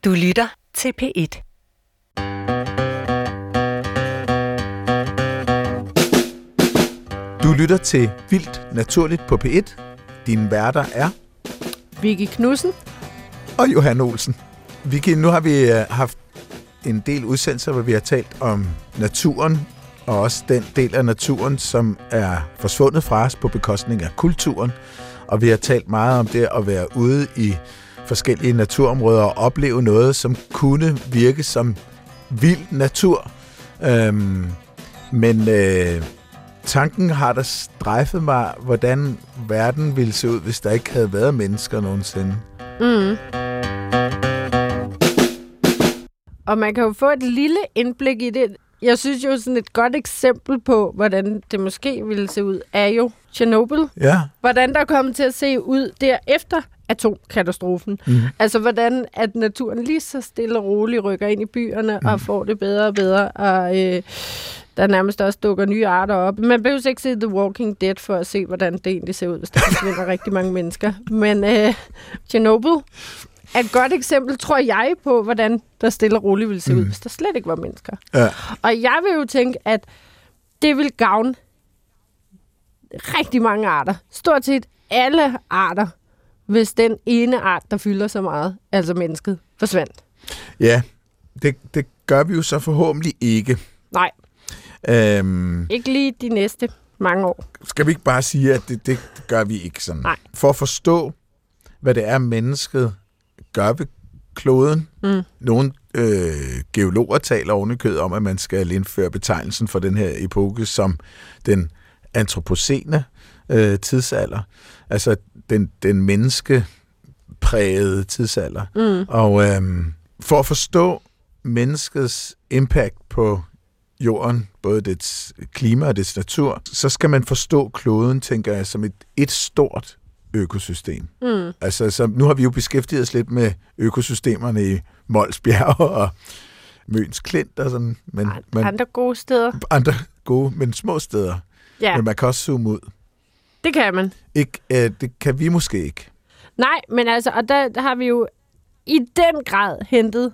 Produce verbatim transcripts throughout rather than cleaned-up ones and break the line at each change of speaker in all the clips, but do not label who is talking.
Du lytter til P et.
Du lytter til Vildt Naturligt på P et. Dine værter er
Vicky Knudsen
og Johan Olsen. Vicky, nu har vi haft en del udsendelser, hvor vi har talt om naturen, og også den del af naturen, som er forsvundet fra os på bekostning af kulturen. Og vi har talt meget om det at være ude i forskellige naturområder og opleve noget, som kunne virke som vild natur. Øhm, men øh, tanken har der strejfet mig, hvordan verden ville se ud, hvis der ikke havde været mennesker nogensinde.
Mm. Og man kan jo få et lille indblik i det. Jeg synes jo sådan et godt eksempel på, hvordan det måske ville se ud, er jo Chernobyl.
Ja.
Hvordan der kommer til at se ud derefter atomkatastrofen. Mm. Altså hvordan at naturen lige så stille og roligt rykker ind i byerne mm. og får det bedre og bedre. Og øh, der nærmest også dukker nye arter op. Man behøver ikke se The Walking Dead for at se, hvordan det egentlig ser ud, hvis der forsvinder rigtig mange mennesker. Men øh, Chernobyl er et godt eksempel, tror jeg, på, hvordan der stille og roligt ville se ud, mm. hvis der slet ikke var mennesker.
Ja.
Og jeg vil jo tænke, at det vil gavne rigtig mange arter. Stort set alle arter, hvis den ene art, der fylder så meget, altså mennesket, forsvandt.
Ja, det, det gør vi jo så forhåbentlig ikke.
Nej.
Øhm,
ikke lige de næste mange år.
Skal vi ikke bare sige, at det, det gør vi ikke sådan?
Nej.
For at forstå, hvad det er, mennesket gør ved kloden. Mm. Nogle øh, geologer taler ovenikøbet om, at man skal indføre betegnelsen for den her epoke som den antropocene øh, tidsalder. Altså den, den menneskeprægede tidsalder. Mm. Og øh, for at forstå menneskets impact på jorden, både dets klima og dets natur, så skal man forstå kloden, tænker jeg, som et, et stort økosystem. Mm. Altså, så nu har vi jo beskæftiget os lidt med økosystemerne i Mols Bjerg og Møns Klint og sådan. Men,
And,
men,
andre gode steder.
Andre gode, men små steder.
Ja.
Men man kan også zoome ud.
Det kan man.
Ikke, øh, det kan vi måske ikke.
Nej, men altså, og der, der har vi jo i den grad hentet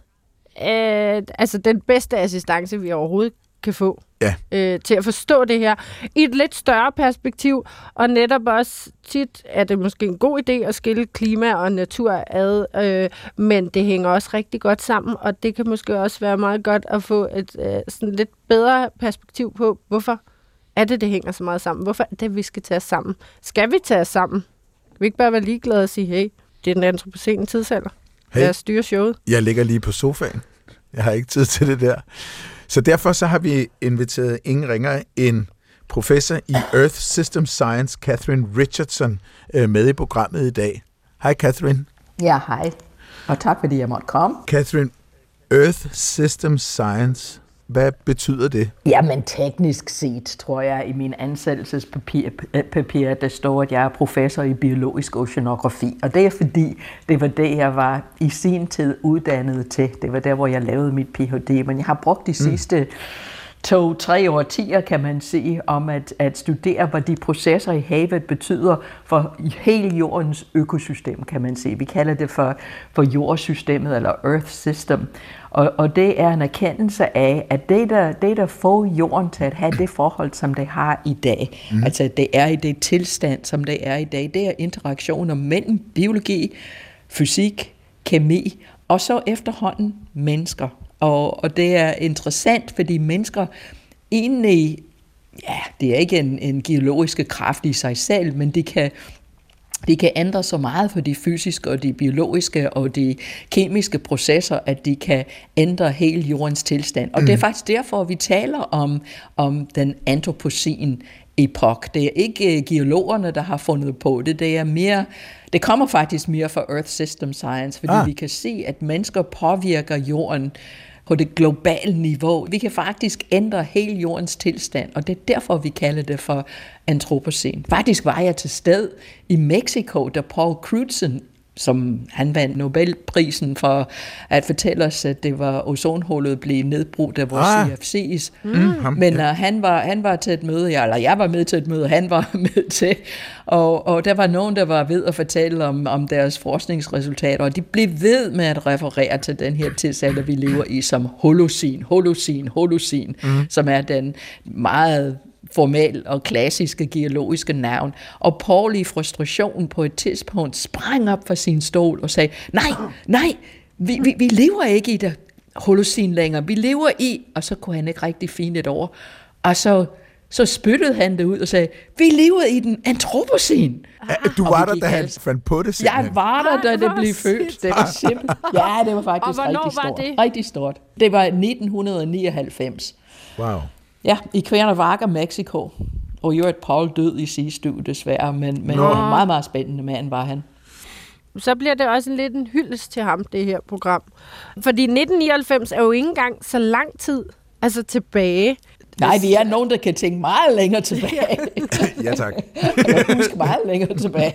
øh, altså den bedste assistance, vi overhovedet kan få.
Ja.
Øh, til at forstå det her i et lidt større perspektiv, og netop også tit er det måske en god idé at skille klima og natur ad, øh, men det hænger også rigtig godt sammen, og det kan måske også være meget godt at få et øh, sådan lidt bedre perspektiv på, hvorfor er det, det hænger så meget sammen? Hvorfor er det, vi skal tage os sammen? Skal vi tage os sammen? Kan vi ikke bare være ligeglade og sige, hey, det er den antropocene tidsalder.
Hey,
lad os styre showet.
Jeg ligger lige på sofaen. Jeg har ikke tid til det der. Så derfor så har vi inviteret ingen ringer en professor i Earth System Science, Catherine Richardson, med i programmet i dag. Hej Catherine.
Ja, hej. Og tak fordi jeg måtte komme.
Catherine, Earth System Science, hvad betyder det?
Jamen teknisk set, tror jeg, i min ansættelsespapir, papir, der står, at jeg er professor i biologisk oceanografi. Og det er fordi, det var det, jeg var i sin tid uddannet til. Det var der, hvor jeg lavede mit P H D. Men jeg har brugt de sidste to, tre årtier, kan man sige, om at, at studere, hvad de processer i havet betyder for hele jordens økosystem, kan man sige. Vi kalder det for, for jordsystemet, eller Earth System. Og, og det er en erkendelse af, at det der, det, der får jorden til at have det forhold, som det har i dag, mm. altså det er i det tilstand, som det er i dag, det er interaktioner mellem biologi, fysik, kemi, og så efterhånden mennesker. Og, og det er interessant, fordi mennesker egentlig, ja, det er ikke en, en geologiske kraft i sig selv, men de kan, de kan ændre så meget for de fysiske og de biologiske og de kemiske processer, at de kan ændre hele jordens tilstand. Og mm. det er faktisk derfor, vi taler om, om den antropocene epok. Det er ikke geologerne, der har fundet på det. Det er mere, det kommer faktisk mere fra Earth System Science, fordi ah. vi kan se, at mennesker påvirker jorden på det globale niveau. Vi kan faktisk ændre hele jordens tilstand, og det er derfor, vi kalder det for antropocen. Faktisk var jeg til sted i Mexico, da Paul Crutzen som han vandt Nobelprisen for at fortælle os, at det var ozonhullet blev nedbrudt af vores
Ah.
C F C's.
Mm.
Men uh, han, var, han var til et møde, ja, eller jeg var med til et møde, han var med til, og, og der var nogen, der var ved at fortælle om, om deres forskningsresultater, og de blev ved med at referere til den her tidsalder, vi lever i, som holocen, holocen, holocen, mm. som er den meget formel og klassiske geologiske navn. Og Paul i frustration på et tidspunkt sprang op fra sin stol og sagde, nej, nej, vi, vi, vi lever ikke i det holocen længere, vi lever i, og så kunne han ikke rigtig finde et ord, og så, så spyttede han det ud og sagde, vi lever i den antropocen.
Du
Og
var
vi
der,
gik
da han
altså-
fandt på det simpelthen.
Jeg var der, da
Ej,
det
hvor
blev født.
sindssygt.
Det var simpelthen, ja, det var faktisk
Og hvornår
rigtig
var
stort.
det?
Rigtig stort. Det var nitten nioghalvfems.
Wow.
Ja, i Cuernavaca, Mexico. Og jo, at Paul død i sidste uge, desværre, men, men en meget, meget spændende mand var han.
Så bliver det også en lidt en hyldest til ham, det her program. Fordi nitten nioghalvfems er jo ikke engang så lang tid altså tilbage.
Nej, vi er nogen, der kan tænke meget længere tilbage.
Ja, tak.
Eller huske meget længere tilbage.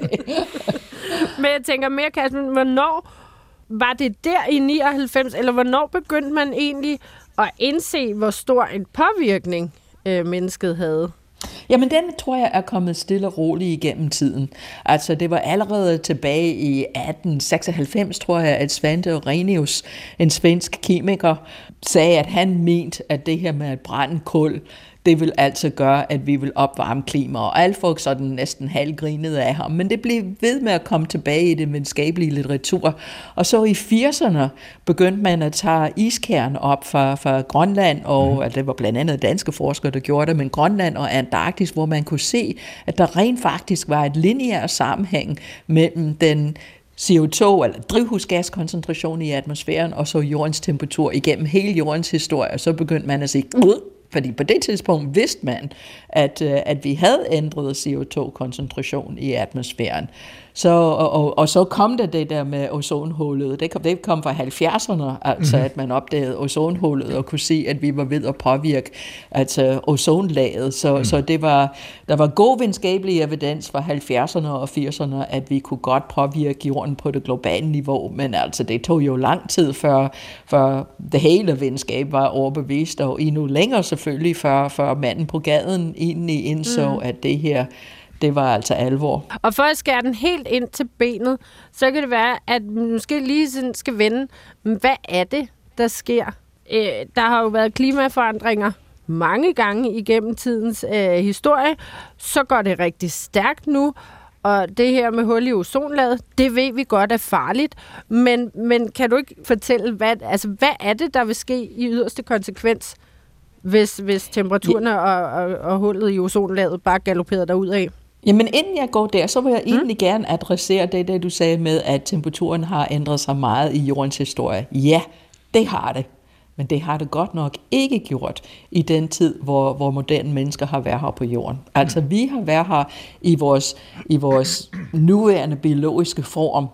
Men jeg tænker mere, Kasper, hvornår var det der i nioghalvfems, eller hvornår begyndte man egentlig at indse, hvor stor en påvirkning øh, mennesket havde?
Jamen, den tror jeg er kommet stille og roligt igennem tiden. Altså, det var allerede tilbage i atten seksoghalvfems, tror jeg, at Svante Arrhenius, en svensk kemiker, sagde, at han mente, at det her med at brænde kul, det vil altså gøre, at vi vil opvarme klima. Og alle folk sådan næsten halvgrinede af ham. Men det blev ved med at komme tilbage i det videnskabelige litteratur. Og så i firserne begyndte man at tage iskern op fra, fra Grønland, og mm. det var blandt andet danske forskere, der gjorde det, men Grønland og Antarktis, hvor man kunne se, at der rent faktisk var et lineær sammenhæng mellem den C O to, eller drivhusgaskoncentration i atmosfæren, og så jordens temperatur igennem hele jordens historie. Og så begyndte man at sige, fordi på det tidspunkt vidste man, at, at vi havde ændret C O to koncentration i atmosfæren. Så, og, og, og så kom det det der med ozonhullet. Det kom, det kom fra halvfjerdserne, altså mm-hmm. at man opdagede ozonhullet og kunne se, at vi var ved at påvirke altså, ozonlaget. Så, mm. så det var, der var god videnskabelig evidens fra halvfjerdserne og firserne, at vi kunne godt påvirke jorden på det globale niveau, men altså det tog jo lang tid, før, før det hele videnskab var overbevist, og endnu længere selvfølgelig, før, før manden på gaden egentlig indså, mm. at det her det var altså alvor.
Og for at skære den helt ind til benet, så kan det være, at måske lige sådan skal vende, hvad er det, der sker? Øh, der har jo været klimaforandringer mange gange igennem tidens øh, historie. Så går det rigtig stærkt nu, og det her med hul i ozonlaget, det ved vi godt er farligt. Men, men kan du ikke fortælle, hvad, altså, hvad er det, der vil ske i yderste konsekvens, hvis, hvis temperaturerne ja. og, og, og hullet i ozonlaget bare galopperer derudad?
Jamen inden jeg går der, så vil jeg mm. egentlig gerne adressere det, det, du sagde med, at temperaturen har ændret sig meget i jordens historie. Ja, det har det. Men det har det godt nok ikke gjort i den tid, hvor, hvor moderne mennesker har været her på jorden. Altså vi har været her i vores, i vores nuværende biologiske form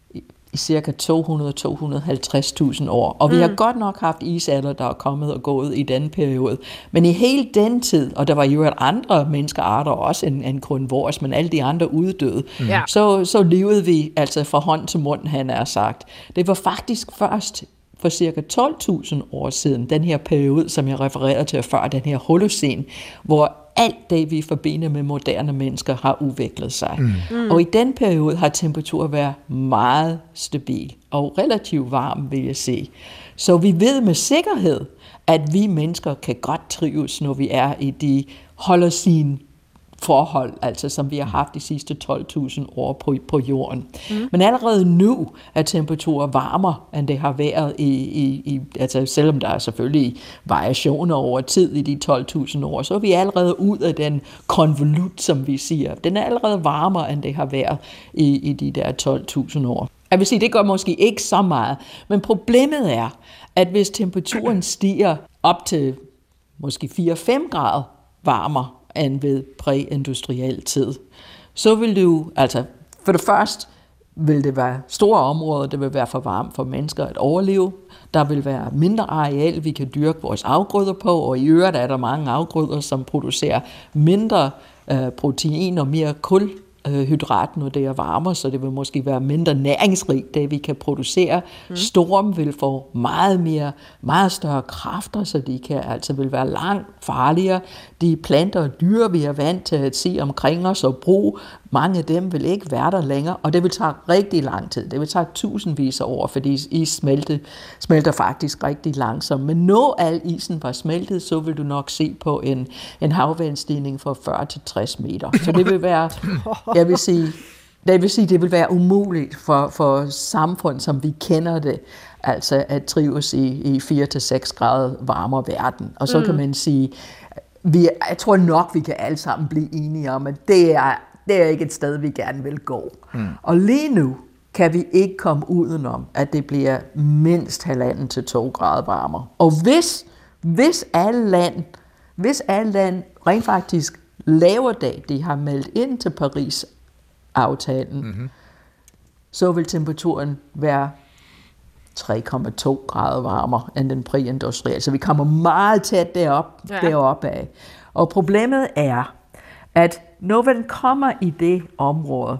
i cirka to hundrede til to hundrede og halvtreds tusind år. Og vi mm. har godt nok haft isalder, der er kommet og gået i den periode. Men i hele den tid, og der var jo andre menneskearter også end, end kun vores, men alle de andre uddøde, mm. så, så levede vi altså fra hånd til mund, han er sagt. Det var faktisk først for cirka tolv tusind år siden, den her periode, som jeg refererede til før, den her holocen, hvor alt det, vi forbinder med moderne mennesker, har udviklet sig. Mm. Mm. Og i den periode har temperaturen været meget stabil og relativt varm, vil jeg sige. Så vi ved med sikkerhed, at vi mennesker kan godt trives, når vi er i de holocene forhold, altså som vi har haft de sidste tolv tusind år på, på jorden. Mm. Men allerede nu er temperaturen varmere, end det har været i, i, i altså selvom der er selvfølgelig variationer over tid i de tolv tusind år, så er vi allerede ud af den konvolut, som vi siger. Den er allerede varmere, end det har været i, i de der tolv tusind år. Jeg vil sige, det gør måske ikke så meget, men problemet er, at hvis temperaturen stiger op til måske fire til fem grader varmere, end ved præindustriel tid, så vil du, altså for det første vil det være store områder, det vil være for varmt for mennesker at overleve. Der vil være mindre areal, vi kan dyrke vores afgrøder på, og i øvrigt er der mange afgrøder, som producerer mindre øh, protein og mere kul hydrat, når det er varmere, så det vil måske være mindre næringsrigt, det vi kan producere. Mm. Storm vil få meget mere, meget større kræfter, så de kan altså vil være langt farligere. De planter og dyr, vi er vant til at se omkring os og bruge, mange af dem vil ikke være der længere, og det vil tage rigtig lang tid. Det vil tage tusindvis af år, fordi is smelter, smelter faktisk rigtig langsomt. Men når al isen var smeltet, så vil du nok se på en, en havvandsstigning fra fyrre til tres meter. Så det vil være, jeg vil sige, det vil sige, det vil være umuligt for, for samfund, som vi kender det, altså at trives i, i fire til seks grader varmere verden. Og så mm. kan man sige, vi, jeg tror nok, vi kan alle sammen blive enige om, at det er Det er ikke et sted, vi gerne vil gå. Mm. Og lige nu kan vi ikke komme udenom, at det bliver mindst halvanden til to grader varmere. Og hvis, hvis alle land, hvis alle land rent faktisk laver det, de har meldt ind til Paris-aftalen, mm-hmm. så vil temperaturen være tre komma to grader varmere end den præindustrielle. Så vi kommer meget tæt derop, ja. deroppe af. Og problemet er, at når man kommer i det område,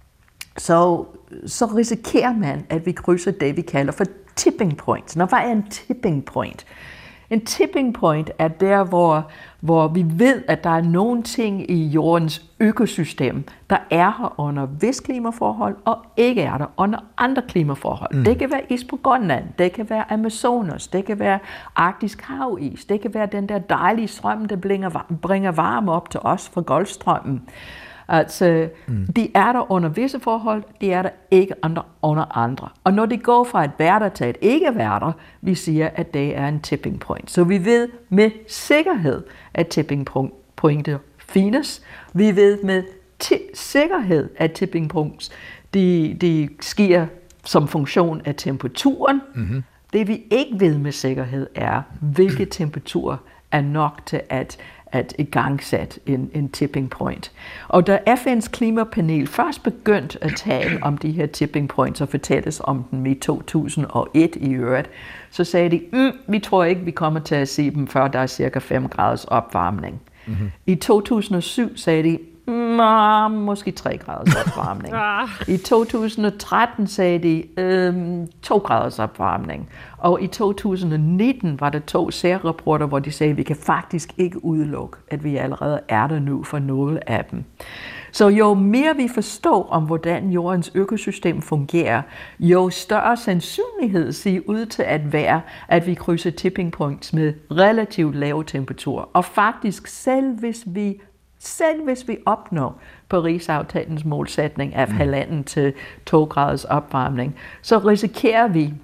så, så risikerer man, at vi krydser det, vi kalder for tipping point. Nå, hvad er en tipping point? En tipping point er der, hvor, hvor vi ved, at der er nogle ting i jordens økosystem, der er her under vis klimaforhold, og ikke er der under andre klimaforhold. Mm. Det kan være is på Grønland, det kan være Amazonas, det kan være arktisk havis, det kan være den der dejlige strøm, der bringer, bringer varme op til os fra Golfstrømmen. Altså, mm. de er der under visse forhold, de er der ikke under, under andre. Og når de går fra et værter til et ikke-værter, vi siger, at det er en tipping point. Så vi ved med sikkerhed, at tipping pointer findes. Vi ved med t- sikkerhed, at tipping points, de, de sker som funktion af temperaturen. Mm-hmm. Det vi ikke ved med sikkerhed er, hvilke temperaturer er nok til at at igangsætte en, en tipping point. Og da F N's klimapanel først begyndte at tale om de her tipping points og fortælles om dem i to tusind og et i øvrigt, så sagde de, mm, vi tror ikke, vi kommer til at se dem, før der er cirka fem graders opvarmning. Mm-hmm. I to tusind og syv sagde de, mm, måske tre graders opvarmning. I to tusind og tretten sagde de øhm, to graders opvarmning. Og i to tusind og nitten var der to særrapporter, hvor de sagde, at vi kan faktisk ikke udelukke, at vi allerede er der nu for nogle af dem. Så jo mere vi forstår om, hvordan jordens økosystem fungerer, jo større sandsynlighed ser ud til at være, at vi krydser tipping points med relativt lave temperaturer. Og faktisk selv hvis vi Selv hvis vi opnår Paris-aftalens målsætning af halvanden til to graders opvarmning, så risikerer vi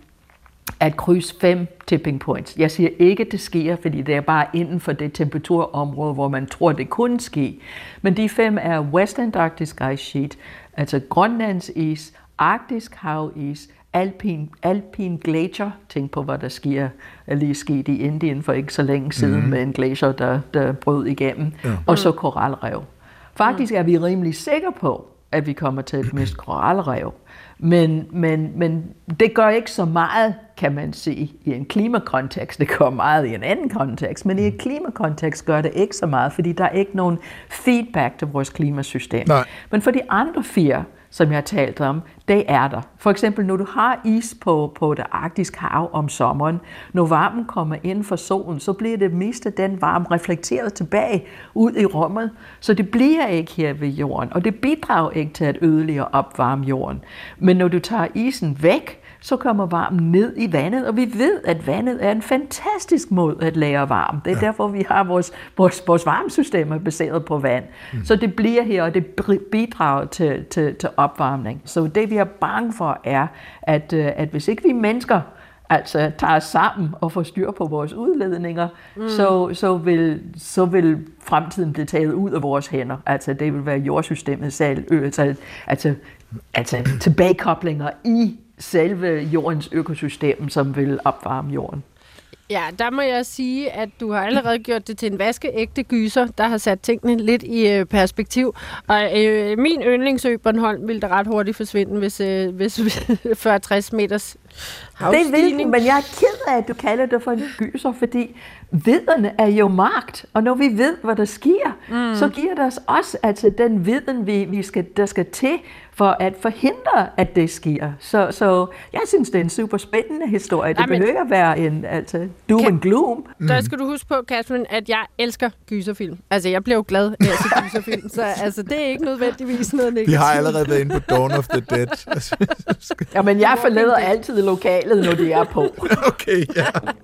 at krydse fem tipping points. Jeg siger ikke, at det sker, fordi det er bare inden for det temperaturområde, hvor man tror, det kunne ske. Men de fem er West Antarctic Ice Sheet, altså Grønlands is, arktisk havis, Alpin, Alpin Glacier, tænk på, hvad der sker, er lige sket i Indien for ikke så længe siden mm-hmm. med en glacier, der, der brød igennem, ja. Og så koralrev. Faktisk er vi rimelig sikre på, at vi kommer til at miste koralrev, men, men, men det gør ikke så meget, kan man sige, i en klimakontekst. Det gør meget i en anden kontekst, men i en klimakontekst gør det ikke så meget, fordi der er ikke nogen feedback til vores klimasystem. Nej. Men for de andre fire, som jeg har talt om, det er der. For eksempel, når du har is på, på det arktiske hav om sommeren, når varmen kommer ind fra solen, så bliver det mest af den varme reflekteret tilbage ud i rummet, så det bliver ikke her ved jorden, og det bidrager ikke til at yderligere opvarme jorden. Men når du tager isen væk, så kommer varmen ned i vandet, og vi ved, at vandet er en fantastisk måde at lære varme. Det er ja. derfor, vi har vores, vores, vores varmesystemer baseret på vand. Mm. Så det bliver her, og det bidrager til, til, til opvarmning. Så det, vi er bange for, er, at, at hvis ikke vi mennesker altså tager os sammen og får styr på vores udledninger, mm. så, så, vil, så vil fremtiden blive taget ud af vores hænder. Altså det vil være jordsystemet selv, altså, altså, altså tilbagekoblinger i selve jordens økosystem, som vil opvarme jorden.
Ja, der må jeg sige, at du har allerede gjort det til en vaskeægte gyser, der har sat tingene lidt i øh, perspektiv. Og øh, min yndlingsø Bornholm ville da ret hurtigt forsvinde, hvis, øh, hvis fyrre til tres meters
Det vil, men jeg er ked af, at du kalder det for en gyser, fordi viderne er jo magt, og når vi ved, hvad der sker, mm. så giver det os også altså, den viden, vi, vi skal, der skal til for at forhindre, at det sker. Så, så jeg synes, det er en super spændende historie. Det Amen. behøver at være en altså, doom kan, and gloom.
Der skal du huske på, Catherine, at jeg elsker gyserfilm. Altså, jeg bliver jo glad af at se gyserfilm, så altså, det er ikke nødvendigvis noget negativt.
Vi har allerede været inde på Dawn of the Dead.
Ja, men jeg forlader altid lokalet, når det er på.
Okay, ja.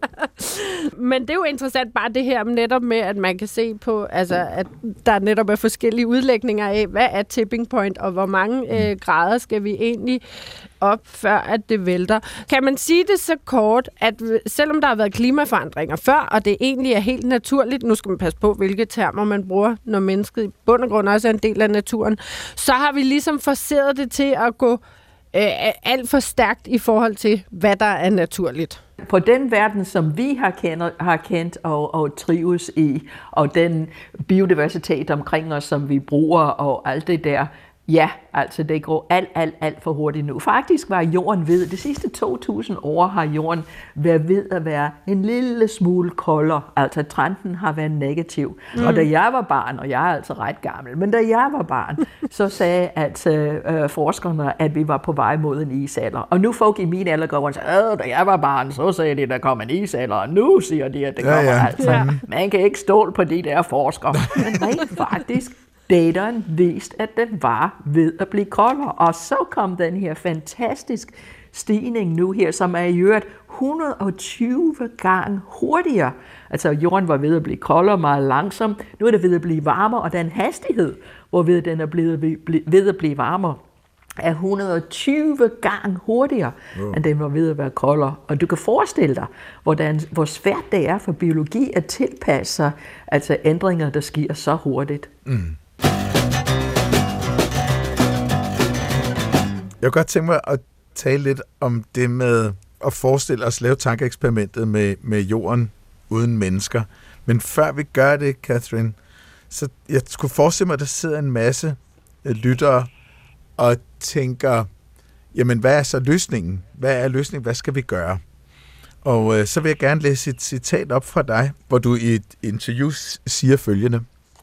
Men det er jo interessant bare det her netop med, at man kan se på, altså, at der netop er forskellige udlægninger af, hvad er tipping point, og hvor mange øh, grader skal vi egentlig op, før at det vælter. Kan man sige det så kort, at selvom der har været klimaforandringer før, og det egentlig er helt naturligt, nu skal man passe på, hvilke termer man bruger, når mennesket i bund og grund også er en del af naturen, så har vi ligesom forceret det til at gå øh, alt for stærkt i forhold til, hvad der er naturligt.
På den verden, som vi har kendt, har kendt og, og trives i, og den biodiversitet omkring os, som vi bruger, og alt det der, ja, altså det går alt, alt, alt for hurtigt nu. Faktisk var jorden ved, de sidste to tusind år har jorden været ved at være en lille smule koldere. Altså trenden har været negativ. Mm. Og da jeg var barn, og jeg er altså ret gammel, men da jeg var barn, så sagde altså, øh, forskerne, at vi var på vej mod en isalder. Og nu folk i min alder går og siger, da jeg var barn, så sagde de, at der kom en isalder, og nu siger de, at det kommer ja, ja. altså. Ja. Man kan ikke stole på de der forskere. Men rent faktisk, dataen viste, at den var ved at blive koldere. Og så kom den her fantastisk stigning nu her, som er i øvrigt et hundrede og tyve gange hurtigere. Altså jorden var ved at blive koldere meget langsomt. Nu er det ved at blive varmere, og den hastighed, hvorved den er blevet ved at blive varmere, er et hundrede og tyve gange hurtigere, wow. end den var ved at være koldere. Og du kan forestille dig, hvordan, hvor svært det er for biologi at tilpasse sig altså ændringer, der sker så hurtigt. Mm.
Jeg kunne godt tænke mig at tale lidt om det med at forestille os, lave tankeeksperimentet med, med jorden uden mennesker. Men før vi gør det, Catherine, så jeg skulle forestille mig, at der sidder en masse lyttere og tænker, jamen hvad er så løsningen? Hvad er løsningen? Hvad skal vi gøre? Og øh, så vil jeg gerne læse et citat op fra dig, hvor du i et interview siger følgende.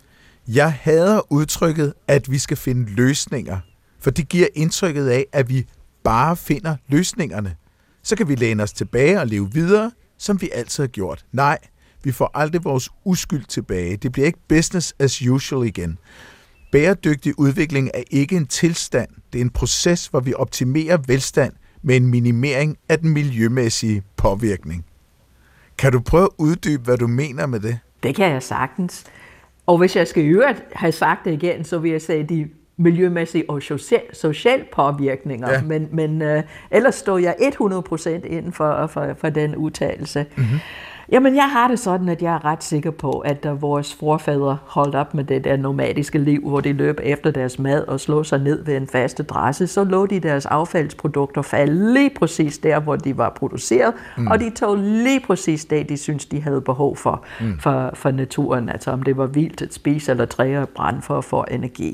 Jeg hader udtrykket, at vi skal finde løsninger, for det giver indtrykket af, at vi bare finder løsningerne. Så kan vi læne os tilbage og leve videre, som vi altid har gjort. Nej, vi får aldrig vores uskyld tilbage. Det bliver ikke business as usual igen. Bæredygtig udvikling er ikke en tilstand. Det er en proces, hvor vi optimerer velstand med en minimering af den miljømæssige påvirkning. Kan du prøve at uddybe, hvad du mener med det?
Det kan jeg sagtens. Og hvis jeg skal i øvrigt have sagt det igen, så vil jeg sige, de miljømæssige og social, social påvirkninger. Ja. Men, men uh, ellers står jeg hundrede procent inden for, for, for den udtalelse. Mm-hmm. Jamen, jeg har det sådan, at jeg er ret sikker på, at da vores forfædre holdt op med det der nomadiske liv, hvor de løb efter deres mad og slog sig ned ved en fast adresse, så lå de deres affaldsprodukter falde lige præcis der, hvor de var produceret, mm. og de tog lige præcis det, de syntes, de havde behov for, mm. for, for naturen. Altså om det var vildt at spise eller træer og brænde for at få energi.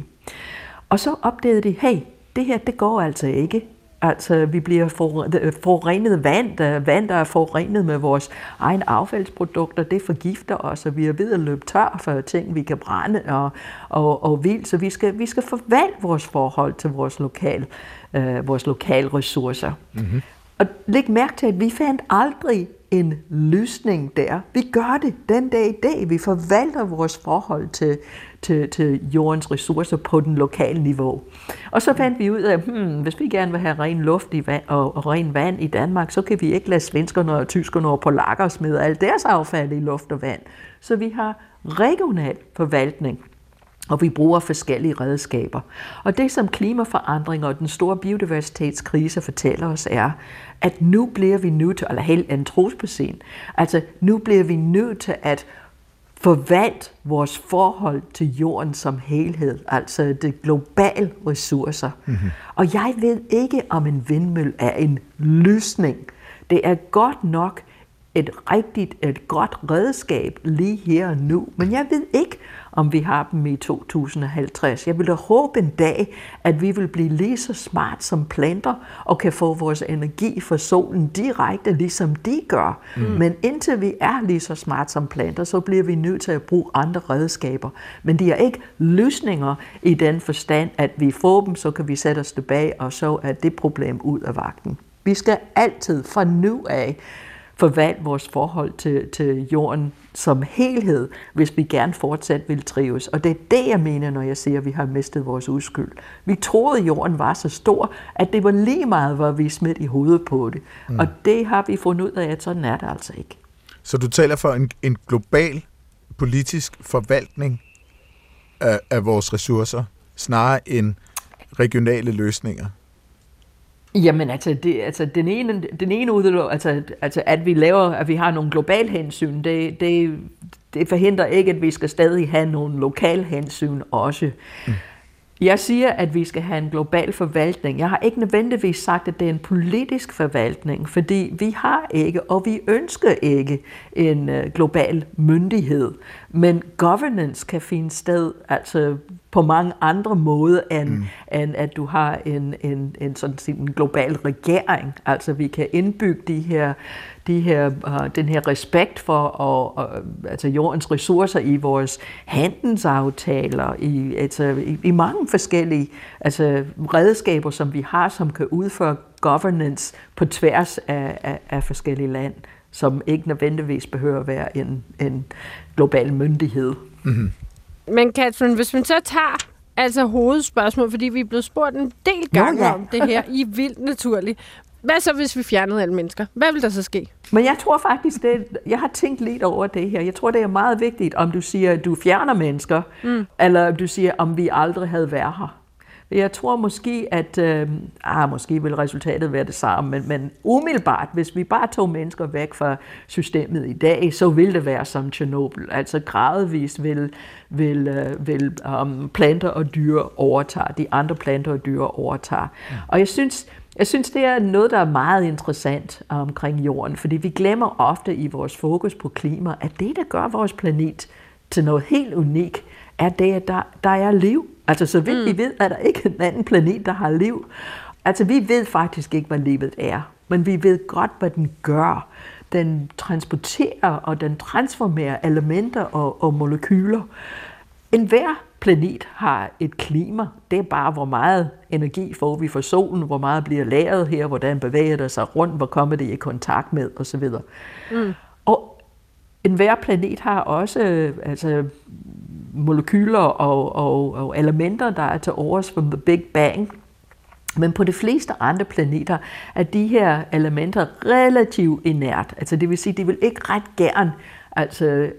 Og så opdagede de, hey, det her, det går altså ikke. Altså, vi bliver forurenet vand, vand, der er forurenet med vores egne affaldsprodukter, det forgifter os, og vi er ved at løbe tør for ting, vi kan brænde og, og, og vildt, så vi skal, vi skal forvalte vores forhold til vores lokale, øh, vores lokale ressourcer. Mm-hmm. Og læg mærke til, at vi fandt aldrig en løsning der. Vi gør det den dag i dag. Vi forvalter vores forhold til, til, til jordens ressourcer på den lokale niveau. Og så fandt vi ud af, hmm, hvis vi gerne vil have ren luft i vand, og, og ren vand i Danmark, så kan vi ikke lade svenskerne og tyskerne og polakker smide alt deres affald i luft og vand. Så vi har regional forvaltning. Og vi bruger forskellige redskaber. Og det, som klimaforandringer og den store biodiversitetskrise fortæller os, er, at nu bliver vi nødt til, eller helt antroposen, altså nu bliver vi nødt til at forvalte vores forhold til jorden som helhed, altså det globale ressourcer. Mm-hmm. Og jeg ved ikke, om en vindmølle er en løsning. Det er godt nok et rigtigt, et godt redskab lige her og nu. Men jeg ved ikke, om vi har dem i to tusind og halvtreds. Jeg vil da håbe en dag, at vi vil blive lige så smart som planter, og kan få vores energi fra solen direkte, ligesom de gør. Mm. Men indtil vi er lige så smart som planter, så bliver vi nødt til at bruge andre redskaber. Men de er ikke løsninger i den forstand, at vi får dem, så kan vi sætte os tilbage, og så er det problem ud af vagten. Vi skal altid fra nu af forvalte vores forhold til, til jorden som helhed, hvis vi gerne fortsat vil trives. Og det er det, jeg mener, når jeg siger, at vi har mistet vores uskyld. Vi troede, at jorden var så stor, at det var lige meget, hvor vi smidt i hovedet på det. Mm. Og det har vi fundet ud af, at sådan er det altså ikke.
Så du taler for en, en global politisk forvaltning af, af vores ressourcer, snarere end regionale løsninger?
Jamen altså, det, altså den ene, den ene udelukker, altså, altså at vi laver, at vi har nogle globale hensyn, det, det, det forhindrer ikke, at vi skal stadig have nogle lokale hensyn også. Mm. Jeg siger, at vi skal have en global forvaltning. Jeg har ikke nødvendigvis sagt, at det er en politisk forvaltning, fordi vi har ikke, og vi ønsker ikke en global myndighed. Men governance kan finde sted altså på mange andre måder, end, mm. end at du har en, en, en, sådan en global regering. Altså vi kan indbygge de her, de her, uh, den her respekt for og, og, altså jordens ressourcer i vores handelsaftaler, i, altså, i, i mange forskellige altså, redskaber, som vi har, som kan udføre governance på tværs af, af, af forskellige lande, som ikke nødvendigvis behøver at være en, en global myndighed. Mm-hmm.
Men Katrin, hvis man så tager altså hovedspørgsmål, fordi vi er blevet spurgt en del gange ja. om det her i Vildt Naturligt. Hvad så, hvis vi fjernede alle mennesker? Hvad vil der så ske?
Men jeg tror faktisk, det, jeg har tænkt lidt over det her. Jeg tror, det er meget vigtigt, om du siger, at du fjerner mennesker, mm. eller om du siger, om vi aldrig havde været her. Jeg tror måske, at øh, ah, måske vil resultatet være det samme, men, men umiddelbart, hvis vi bare tog mennesker væk fra systemet i dag, så vil det være som Tjernobyl. Altså gradvist vil, vil, øh, vil um, planter og dyr overtage, de andre planter og dyr overtage. Ja. Og jeg synes, jeg synes, det er noget, der er meget interessant omkring jorden, fordi vi glemmer ofte i vores fokus på klima, at det, der gør vores planet til noget helt unikt, er det, at der, der er liv. Altså, så vidt mm. vi ved, er der ikke en anden planet, der har liv. Altså, vi ved faktisk ikke, hvad livet er, men vi ved godt, hvad den gør. Den transporterer og den transformerer elementer og, og molekyler. Enhver planet har et klima. Det er bare, hvor meget energi får vi fra solen, hvor meget bliver lagret her, hvordan bevæger det sig rundt, hvor kommer det i kontakt med, osv. Mm. Og enhver planet har også altså, molekyler og, og, og elementer, der er til overs from the Big Bang. Men på de fleste andre planeter er de her elementer relativt inert. Altså det vil sige, de vil ikke ret gerne altså, øh,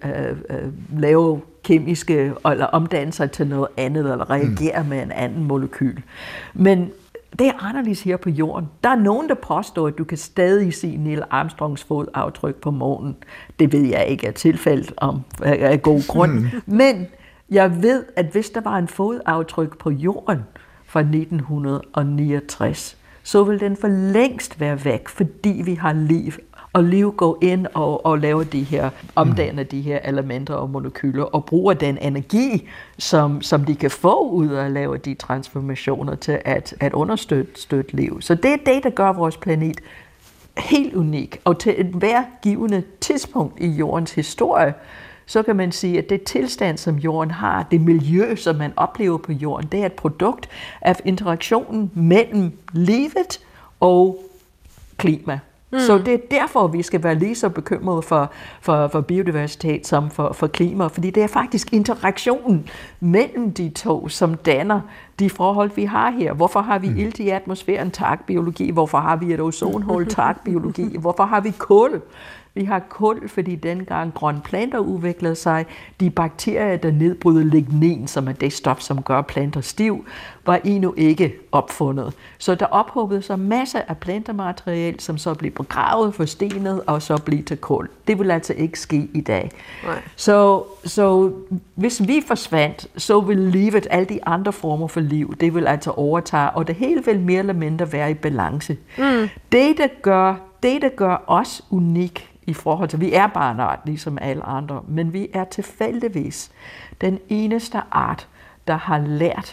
øh, lave kemiske eller omdanne sig til noget andet, eller reagere mm. med en anden molekyl. Men det er anderledes her på jorden. Der er nogen, der påstår, at du kan stadig se Neil Armstrongs fodaftryk på månen. Det ved jeg ikke er tilfældet om af god grund. Mm. Men jeg ved, at hvis der var en fodaftryk på jorden fra nitten niogtres, så vil den for længst være væk, fordi vi har liv. Og liv går ind og, og laver de her, omdanner de her elementer og molekyler, og bruger den energi, som, som de kan få ud af at lave de transformationer til at, at understøtte støtte liv. Så det er det, der gør vores planet helt unik. Og til et hver givende tidspunkt i jordens historie, så kan man sige, at det tilstand, som jorden har, det miljø, som man oplever på jorden, det er et produkt af interaktionen mellem livet og klima. Mm. Så det er derfor, vi skal være lige så bekymrede for, for, for biodiversitet som for, for klima, fordi det er faktisk interaktionen mellem de to, som danner de forhold, vi har her. Hvorfor har vi mm. ilt i atmosfæren? Tak, biologi. Hvorfor har vi et ozonhul? Tak, biologi. Hvorfor har vi kul? Vi har kul, fordi dengang grønne planter udviklede sig, de bakterier, der nedbryder lignin, som er det stof, som gør planter stiv, var endnu ikke opfundet. Så der ophobede sig masser af plantemateriale, som så blev begravet, forstenet og så blev til kul. Det vil altså ikke ske i dag. Nej. Så, så hvis vi forsvandt, så vil livet, alle de andre former for liv, det vil altså overtage, og det hele vil mere eller mindre være i balance. Mm. Det, der gør, det, der gør os unik i forhold til, vi er bare en art, ligesom alle andre, men vi er tilfældigvis den eneste art, der har lært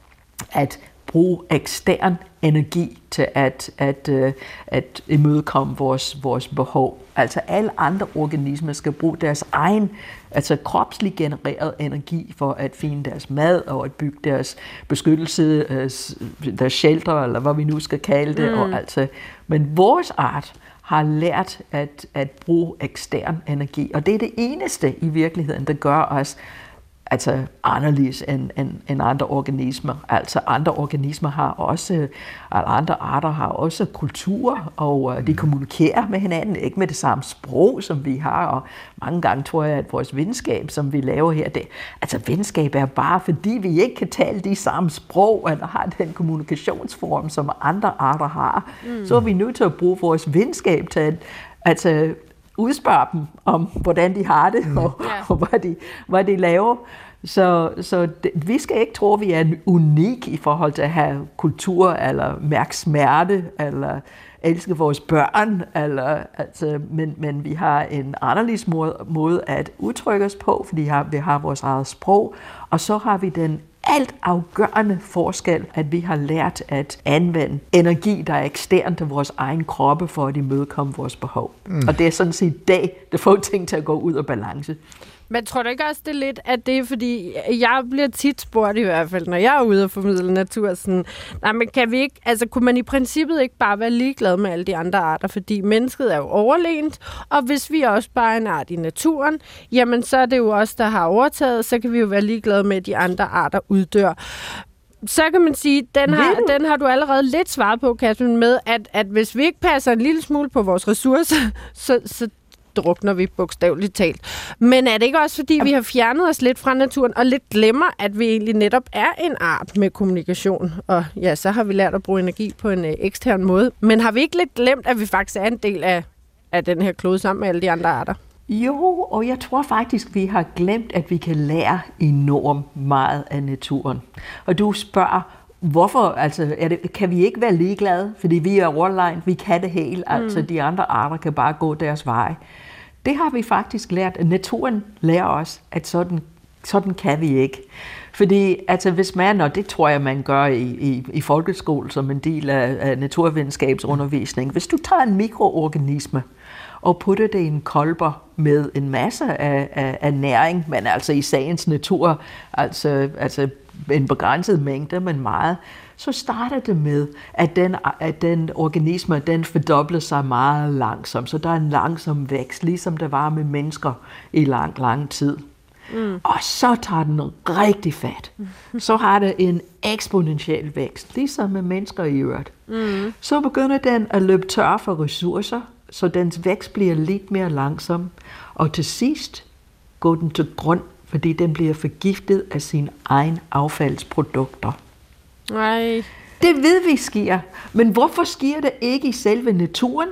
at bruge ekstern energi til at, at, at, at imødekomme vores, vores behov. Altså alle andre organismer skal bruge deres egen, altså kropsligt genereret energi for at finde deres mad og at bygge deres beskyttelse, deres shelter, eller hvad vi nu skal kalde det. Mm. Og altså, men vores art har lært at, at bruge ekstern energi, og det er det eneste i virkeligheden, der gør os altså anderledes end, end, end andre organismer. Altså andre organismer har også, andre arter har også kultur, og de kommunikerer med hinanden, ikke med det samme sprog, som vi har, og mange gange tror jeg, at vores venskab, som vi laver her, det, altså venskab er bare, fordi vi ikke kan tale de samme sprog, eller har den kommunikationsform, som andre arter har, mm. så er vi nødt til at bruge vores venskab til at, altså, udspørge dem om, hvordan de har det, og, mm. og hvad, de, hvad de laver. Så, så det, vi skal ikke tro, at vi er unik i forhold til at have kultur, eller mærke smerte, eller elske vores børn, eller, altså, men, men vi har en anderledes måde, måde at udtrykke os på, fordi vi har, vi har vores eget sprog, og så har vi den alt afgørende forskel, at vi har lært at anvende energi, der er ekstern til vores egen kroppe, for at imødekomme vores behov. Mm. Og det er sådan set det, der får ting til at gå ud af balance.
Men tror du ikke også, det er lidt, at det er, fordi jeg bliver tit spurgt i hvert fald, når jeg er ude og formidle natur, sådan, nej, men kan vi ikke, altså kunne man i princippet ikke bare være ligeglad med alle de andre arter, fordi mennesket er jo overlegent, og hvis vi også bare er en art i naturen, jamen så er det jo os, der har overtaget, så kan vi jo være ligeglade med, at de andre arter uddør. Så kan man sige, den har, den har du allerede lidt svaret på, Kasmin, med, at, at hvis vi ikke passer en lille smule på vores ressourcer, så, så drukner vi bogstaveligt talt. Men er det ikke også, fordi vi har fjernet os lidt fra naturen, og lidt glemmer, at vi egentlig netop er en art med kommunikation? Og ja, så har vi lært at bruge energi på en øh, ekstern måde. Men har vi ikke lidt glemt, at vi faktisk er en del af, af den her klode sammen med alle de andre arter?
Jo, og jeg tror faktisk, vi har glemt, at vi kan lære enormt meget af naturen. Og du spørger, hvorfor, altså, er det, kan vi ikke være ligeglade? Fordi vi er overlegnet, vi kan det hele, altså mm. de andre arter kan bare gå deres vej. Det har vi faktisk lært, at naturen lærer os, at sådan, sådan kan vi ikke. Fordi altså, hvis man, og det tror jeg, man gør i, i, i folkeskole som en del af, af naturvidenskabsundervisning, hvis du tager en mikroorganisme og putter det i en kolber med en masse af, af, af næring, men altså i sagens natur, altså, altså en begrænset mængde, men meget, så starter det med, at den, at den organisme, den fordobler sig meget langsomt. Så der er en langsom vækst, ligesom der var med mennesker i lang, lang tid. Mm. Og så tager den rigtig fat. Så har det en eksponentiel vækst, ligesom med mennesker i øvrigt. Mm. Så begynder den at løbe tør for ressourcer, så dens vækst bliver lidt mere langsom. Og til sidst går den til grund, fordi den bliver forgiftet af sine egne affaldsprodukter.
Nej.
Det ved vi sker. Men hvorfor sker det ikke i selve naturen?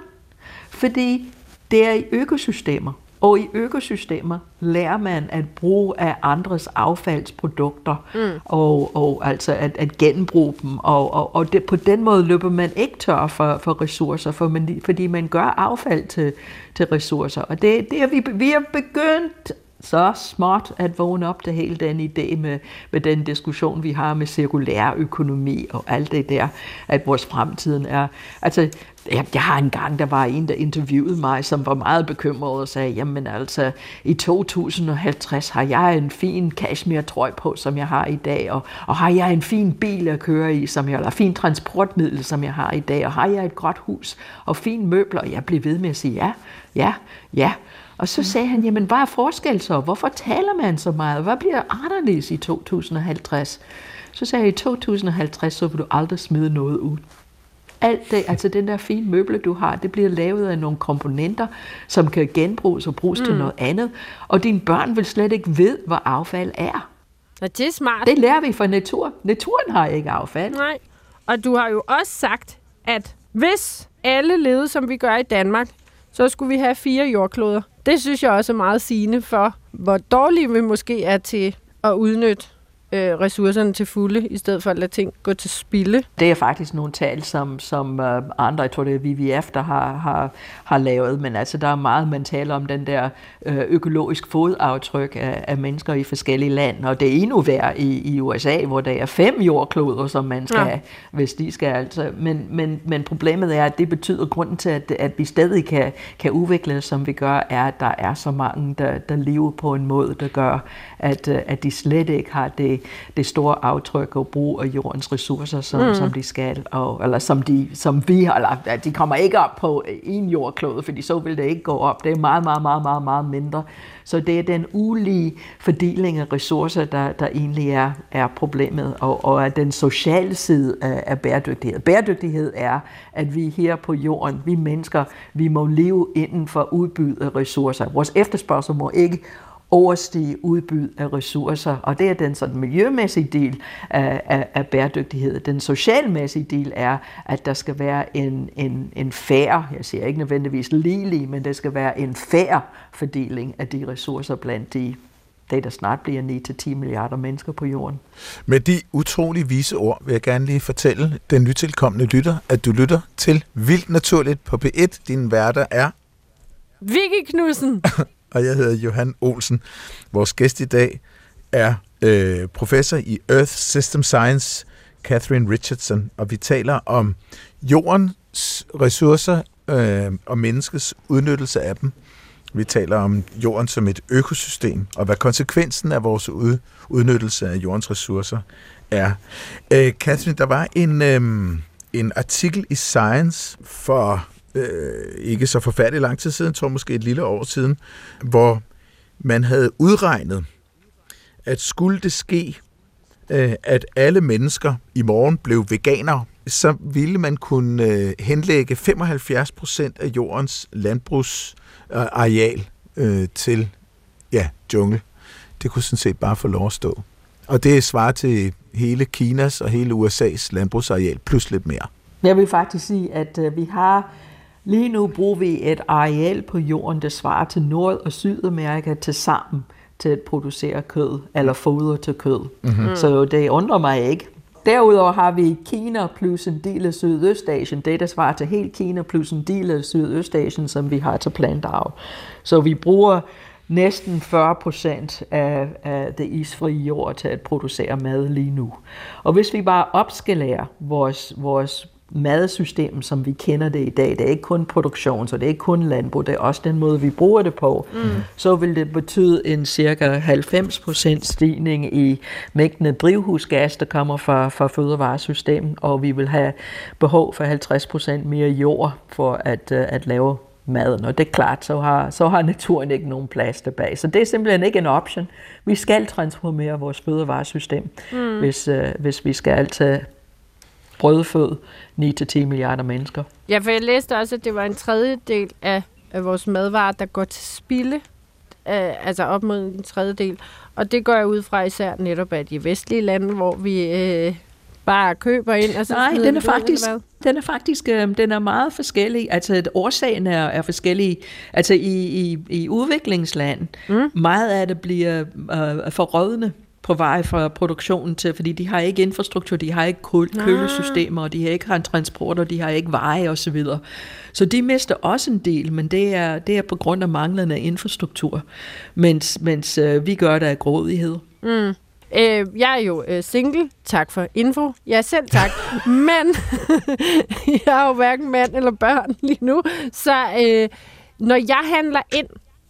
Fordi det er i økosystemer. Og i økosystemer lærer man at bruge af andres affaldsprodukter, mm. og, og altså at, at genbruge dem. Og, og, og det, på den måde løber man ikke tør for, for ressourcer, for man, fordi man gør affald til, til ressourcer. Og det, det er vi, vi er begyndt så småt at vågne op til hele den idé med, med den diskussion, vi har med cirkulær økonomi og alt det der, at vores fremtiden er. Altså, jeg, jeg har engang, der var en, der interviewede mig, som var meget bekymret og sagde, jamen altså, i to tusind og halvtreds har jeg en fin cashmere-trøje på, som jeg har i dag, og, og har jeg en fin bil at køre i, som jeg, eller fin transportmiddel, som jeg har i dag, og har jeg et godt hus og fine møbler, og jeg blev ved med at sige ja, ja, ja. Og så sagde han, jamen hvad er forskel så? Hvorfor taler man så meget? Hvad bliver anderledes i to tusind og halvtreds? Så sagde jeg, i to tusind og halvtreds, så vil du aldrig smide noget ud. Alt det, altså den der fine møble, du har, det bliver lavet af nogle komponenter, som kan genbruges og bruges mm. til noget andet. Og dine børn vil slet ikke vide, hvad affald er.
Og det er smart.
Det lærer vi fra natur. Naturen har ikke affald.
Nej. Og du har jo også sagt, at hvis alle levede, som vi gør i Danmark, så skulle vi have fire jordkloder. Det synes jeg også er meget sigende for, hvor dårlige vi måske er til at udnytte øh, ressourcerne til fulde, i stedet for at lade ting gå til spilde.
Det er faktisk nogle tal, som, som uh, andre, jeg tror det er W W F, der har, har, har lavet, men altså der er meget, man taler om den der øh, økologisk fodaftryk af, af mennesker i forskellige lande, og det er endnu værre i, i U S A, hvor der er fem jordkloder, som man skal ja. have, hvis de skal altså. Men, men, men problemet er, at det betyder, grunden til, at, at vi stadig kan, kan udvikle, som vi gør, er, at der er så mange, der, der lever på en måde, der gør, at, at de slet ikke har det, det store aftryk og brug af jordens ressourcer, som, mm. som de skal, og, eller som, de, som vi har lagt. De kommer ikke op på en jordklode, fordi så vil det ikke gå op. Det er meget, meget, meget, meget, meget mindre. Så det er den ulige fordeling af ressourcer, der, der egentlig er, er problemet, og, og er den sociale side af, af bæredygtighed. Bæredygtighed er, at vi her på jorden, vi mennesker, vi må leve inden for udbud af ressourcer. Vores efterspørgsel må ikke overstige udbud af ressourcer, og det er den sådan miljømæssige del af, af, af bæredygtighed. Den socialmæssige del er, at der skal være en, en, en fair, jeg siger ikke nødvendigvis ligelig, men der skal være en fair fordeling af de ressourcer blandt de, det der snart bliver ni til ti milliarder mennesker på jorden.
Med de utrolig vise ord vil jeg gerne lige fortælle den nytilkommende lytter, at du lytter til Vildt Naturligt på P et. Din værter er
Vicky Knudsen
og jeg hedder Johan Olsen. Vores gæst i dag er øh, professor i Earth System Science, Catherine Richardson, og vi taler om jordens ressourcer øh, og menneskets udnyttelse af dem. Vi taler om jorden som et økosystem, og hvad konsekvensen af vores ud, udnyttelse af jordens ressourcer er. Øh, Catherine, der var en, øh, en artikel i Science for Øh, ikke så forfærdeligt lang tid siden, tror måske et lille år siden, hvor man havde udregnet, at skulle det ske, øh, at alle mennesker i morgen blev veganere, så ville man kunne øh, henlægge femoghalvfjerds procent af jordens landbrugsareal øh, til ja, jungle. Det kunne sådan set bare få lov at stå. Og det svarer til hele Kinas og hele U S A's landbrugsareal, plus lidt mere.
Jeg vil faktisk sige, at øh, vi har lige nu bruger vi et areal på jorden, der svarer til Nord- og Sydamerika til sammen til at producere kød, eller foder til kød. Mm-hmm. Så det undrer mig ikke. Derudover har vi Kina plus en del af Sydøstasien. Det, der svarer til helt Kina plus en del af Sydøstasien, som vi har til planteavl. Så vi bruger næsten fyrre procent af, af det isfrie jord til at producere mad lige nu. Og hvis vi bare opskalerer vores, vores madsystem, som vi kender det i dag, det er ikke kun produktion, så det er ikke kun landbrug, det er også den måde, vi bruger det på, mm. så vil det betyde en cirka halvfems procent stigning i mængden af drivhusgas, der kommer fra, fra fødevaresystemet, og vi vil have behov for halvtreds procent mere jord for at, at lave maden, og det er klart, så har, så har naturen ikke nogen plads tilbage. Så det er simpelthen ikke en option. Vi skal transformere vores fødevaresystem, mm. hvis, uh, hvis vi skal altid brødfød ni til ti milliarder mennesker.
Ja, for jeg læste også, at det var en tredjedel af, af vores madvarer, der går til spilde. Uh, altså op mod en tredjedel. Og det går jeg ud fra især netop af de vestlige lande, hvor vi uh, bare køber ind. Og så
Nej, den er, faktisk, den er faktisk øh, den er meget forskellig. Altså, årsagen er, er forskellige. Altså, i, i, i udviklingsland, mm. meget af det bliver øh, forrådende på vej fra produktionen til, fordi de har ikke infrastruktur, de har ikke kølesystemer, og de har ikke har en transport, og de har ikke veje osv. Så, så de mister også en del, men det er, det er på grund af manglende infrastruktur, mens, mens øh, vi gør det af grådighed.
Mm. Øh, jeg er jo øh, single, tak for info. Ja, selv tak. Men jeg har jo hverken mand eller børn lige nu, så øh, når jeg handler ind,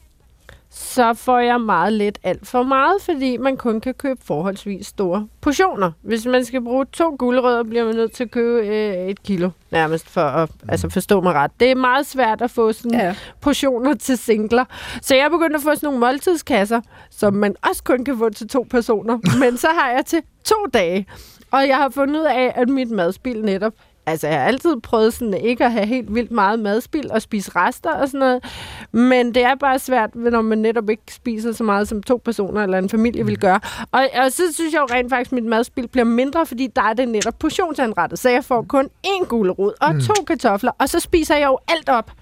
så får jeg meget let alt for meget, fordi man kun kan købe forholdsvis store portioner. Hvis man skal bruge to gulerødder, bliver man nødt til at købe øh, et kilo, nærmest for at mm. altså forstå mig ret. Det er meget svært at få sådan ja. portioner til singler. Så jeg er begyndt at få sådan nogle måltidskasser, som man også kun kan få til to personer. Men så har jeg til to dage. Og jeg har fundet ud af, at mit madspild netop altså, jeg har altid prøvet sådan ikke at have helt vildt meget madspild og spise rester og sådan noget. Men det er bare svært, når man netop ikke spiser så meget, som to personer eller en familie vil gøre. Og, og så synes jeg jo rent faktisk, at mit madspild bliver mindre, fordi der er det netop portionsanrettet. Så jeg får kun én gulerod og to kartofler, og så spiser jeg jo alt op.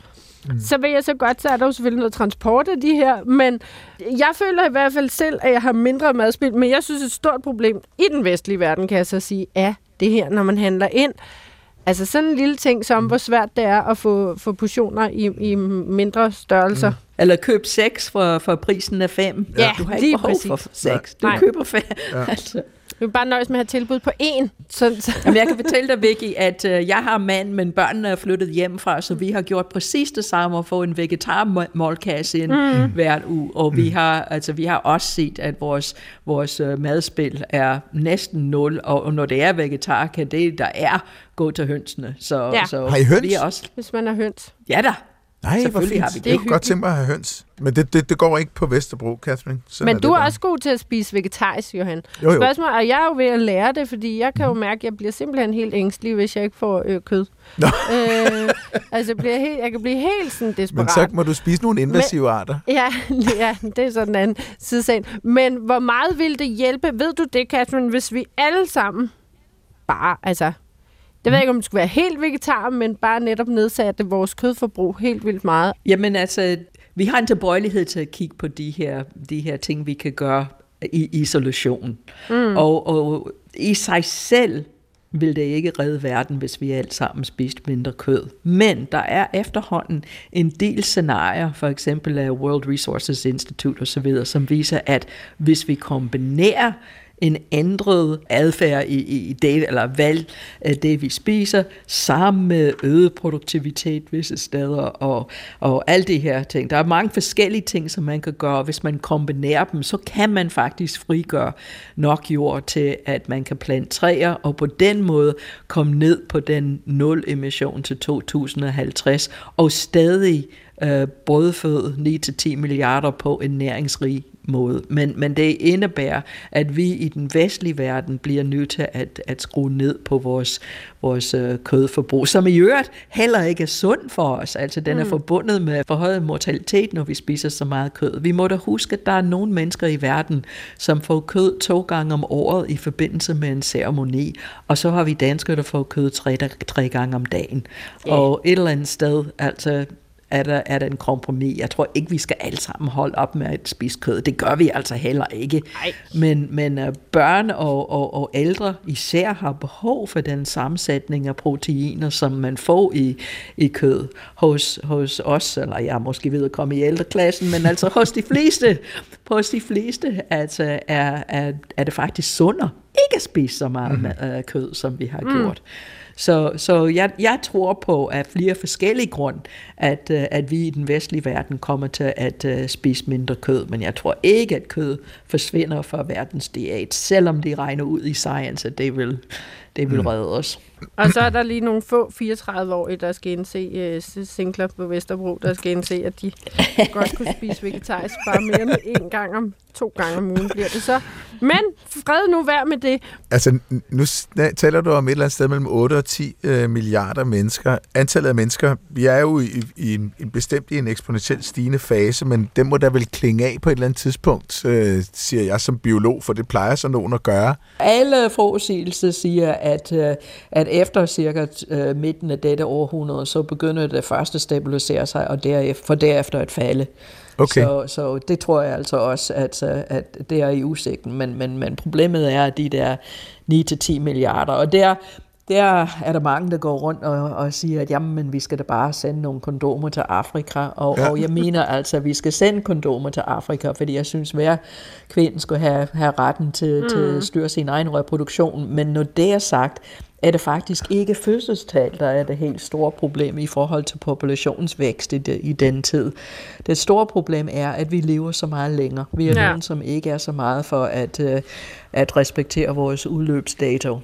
Mm. Så vil jeg så godt, så er der jo selvfølgelig noget transport af de her, men jeg føler i hvert fald selv, at jeg har mindre madspild, men jeg synes, et stort problem i den vestlige verden, kan jeg så sige, er det her, når man handler ind. Altså sådan en lille ting som, hvor svært det er at få, få portioner i, i mindre størrelser. Mm.
Eller køb seks for, for prisen af fem.
Ja,
du har ikke behov
præcis.
for seks. Du
Nej.
køber fem.
Ja.
altså.
Du vil bare nøjes med at have tilbud på én. Så, så.
Jamen, jeg kan fortælle dig, Vicky, at øh, jeg har mand, men børnene er flyttet hjemmefra, så vi har gjort præcis det samme at få en vegetarmålkasse ind mm. hvert uge. Og vi har, altså, vi har også set, at vores, vores øh, madspil er næsten nul, og, og når det er vegetar, kan det, der er, gå til hønsene. Så,
Ja.
så
Har I høns?
Vi er også,
Hvis man har høns.
ja da.
Nej, hvor
Selvfølgelig
fint.
har vi det.
Jeg kunne godt tænke mig at have høns. Men det, det, det går ikke på Vesterbro, Catherine. Sådan
Men
er
du
det
er
bare.
også god til at spise vegetarisk, Johan.
Jo, jo.
Spørgsmålet er, jeg er jo ved at lære det, fordi jeg kan jo mærke, at jeg bliver simpelthen helt ængstelig, hvis jeg ikke får øh, kød.
Nå.
Øh, altså, jeg, bliver helt, jeg kan blive helt sådan desperat.
Men så må du spise nogle invasive arter.
Ja, ja, det er sådan en anden sidesag. Men hvor meget vil det hjælpe, ved du det, Catherine, hvis vi alle sammen bare, altså... Det ved jeg ikke, om det skulle være helt vegetar, men bare netop nedsatte vores kødforbrug helt vildt meget.
Jamen altså, vi har en tilbøjelighed til at kigge på de her, de her ting, vi kan gøre i isolation. Mm. Og, og i sig selv vil det ikke redde verden, hvis vi alle sammen spiste mindre kød. Men der er efterhånden en del scenarier, for eksempel af World Resources Institute osv., som viser, at hvis vi kombinerer en ændret adfærd i, i det, eller valg af det, vi spiser, sammen med øget produktivitet visse steder, og, og alle de her ting. Der er mange forskellige ting, som man kan gøre, hvis man kombinerer dem, så kan man faktisk frigøre nok jord til, at man kan plante træer, og på den måde komme ned på den nul emission til to tusind og halvtreds, og stadig øh, brødføde ni til ti milliarder på en næringsrig måde. Men, men det indebærer, at vi i den vestlige verden bliver nødt til at, at skrue ned på vores, vores øh, kødforbrug, som i øvrigt heller ikke er sund for os. Altså den er mm. forbundet med forhøjet mortalitet, når vi spiser så meget kød. Vi må da huske, at der er nogle mennesker i verden, som får kød to gange om året i forbindelse med en ceremoni, og så har vi danskere, der får kød tre, tre gange om dagen. Yeah. Og et eller andet sted, altså Er der, er der en kompromis. Jeg tror ikke, vi skal alle sammen holde op med at spise kød. Det gør vi altså heller ikke.
Ej.
Men, men uh, børn og, og, og ældre især har behov for den sammensætning af proteiner, som man får i, i kød. Hos, hos os, eller jeg er måske ved at komme i ældreklassen, men altså hos de fleste, hos de fleste altså, er, er, er det faktisk sundere ikke at spise så meget mm. uh, kød, som vi har mm. gjort. Så, så jeg, jeg tror på, at flere forskellige grunde, at, at vi i den vestlige verden kommer til at uh, spise mindre kød, men jeg tror ikke, at kød forsvinder fra verdens diæt, selvom de regner ud i science, at det vil, det vil redde os.
Og så er der lige nogle få fireogtredive-årige, der skal indse, uh, singler på Vesterbro, der skal indse, at de godt kunne spise vegetarisk bare mere end en gang om to gange om ugen bliver det så. Men fred nu være med det.
Altså, nu taler du om et eller andet sted mellem otte og ti øh, milliarder mennesker. Antallet af mennesker, vi er jo i, i en, en bestemt i en eksponentielt stigende fase, men det må da vel klinge af på et eller andet tidspunkt, øh, siger jeg som biolog, for det plejer sådan nogen at gøre.
Alle forudsigelser siger, at, at efter cirka øh, midten af dette århundrede, så begynder det først at stabilisere sig, og derefter, for derefter at falde.
Okay.
Så, så det tror jeg altså også, at, at det er i udsigten. Men, men, men problemet er, at de der ni til ti milliarder, og der, der er der mange, der går rundt og, og siger, at jamen, men vi skal da bare sende nogle kondomer til Afrika. Og, ja. og jeg mener altså, at vi skal sende kondomer til Afrika, fordi jeg synes, at hver kvinde skal have, have retten til, mm. til at styre sin egen reproduktion. Men når det er sagt, er det faktisk ikke fødselstal, der er det helt store problem i forhold til populationsvækst i, det, i den tid. Det store problem er, at vi lever så meget længere. Vi er ja. nogen, som ikke er så meget for at, uh, at respektere vores udløbsdato.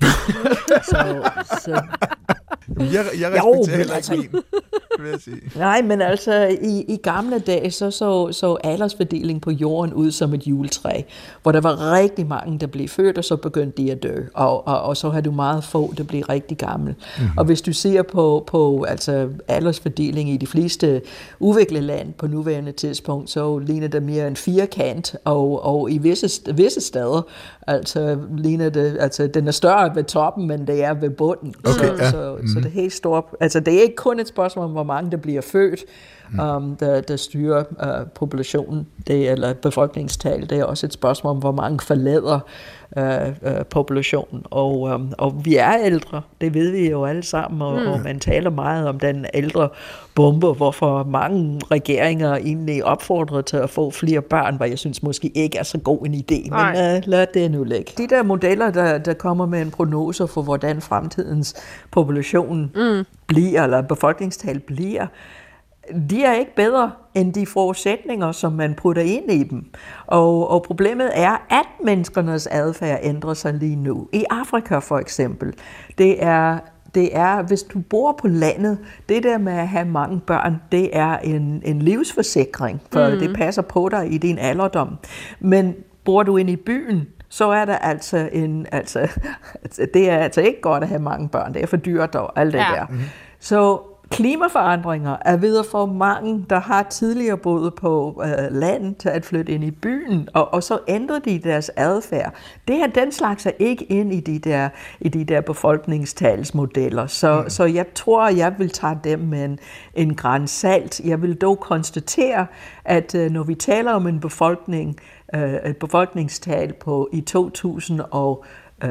så, så.
Jeg, jeg respekterer heller ikke min, vil jeg sige.
Nej, men altså i, i gamle dage, så, så så aldersfordeling på jorden ud som et juletræ, hvor der var rigtig mange, der blev født, og så begyndte de at dø. Og, og, og så har du meget få, der blev rigtig gammel. Mm-hmm. Og hvis du ser på, på altså, aldersfordeling i de fleste udviklede land på nuværende tidspunkt, så ligner det mere en firkant, og, og i visse, visse steder, altså ligner det, altså den er større ved toppen, men det er ved bunden.
Okay,
så,
ja.
så,
mm-hmm.
så det er helt stort. Altså det er ikke kun et spørgsmål om, hvor mange der bliver født, um, der, der styrer uh, populationen, det, eller befolkningstal. Det er også et spørgsmål om, hvor mange forlader uh, uh, populationen. Og, um, og vi er ældre, det ved vi jo alle sammen, og, mm. og man taler meget om den ældre bombe, hvorfor mange regeringer egentlig opfordrer til at få flere børn, hvad jeg synes måske ikke er så god en idé. Nej. Men uh, lad det nu ligge. De der modeller, der, der kommer med en prognose for, hvordan fremtidens population mm. bliver, eller befolkningstal bliver, de er ikke bedre end de forudsætninger, som man putter ind i dem. Og, og problemet er, at menneskernes adfærd ændrer sig lige nu. I Afrika for eksempel, det er, det er, hvis du bor på landet, det der med at have mange børn, det er en, en livsforsikring, for mm. det passer på dig i din alderdom. Men bor du inde i byen, så er der altså en, altså, det er altså ikke godt at have mange børn, det er for dyrt og alt det ja. der. Mm-hmm. Så klimaforandringer er ved at få mange, der har tidligere boet på øh, land, til at flytte ind i byen, og, og så ændrer de deres adfærd. Det her, den slags er ikke ind i de der, i de der befolkningstalsmodeller, så, mm. så jeg tror, jeg vil tage dem med en, en gran salt. Jeg vil dog konstatere, at øh, når vi taler om en befolkning, øh, et befolkningstal på i to tusind og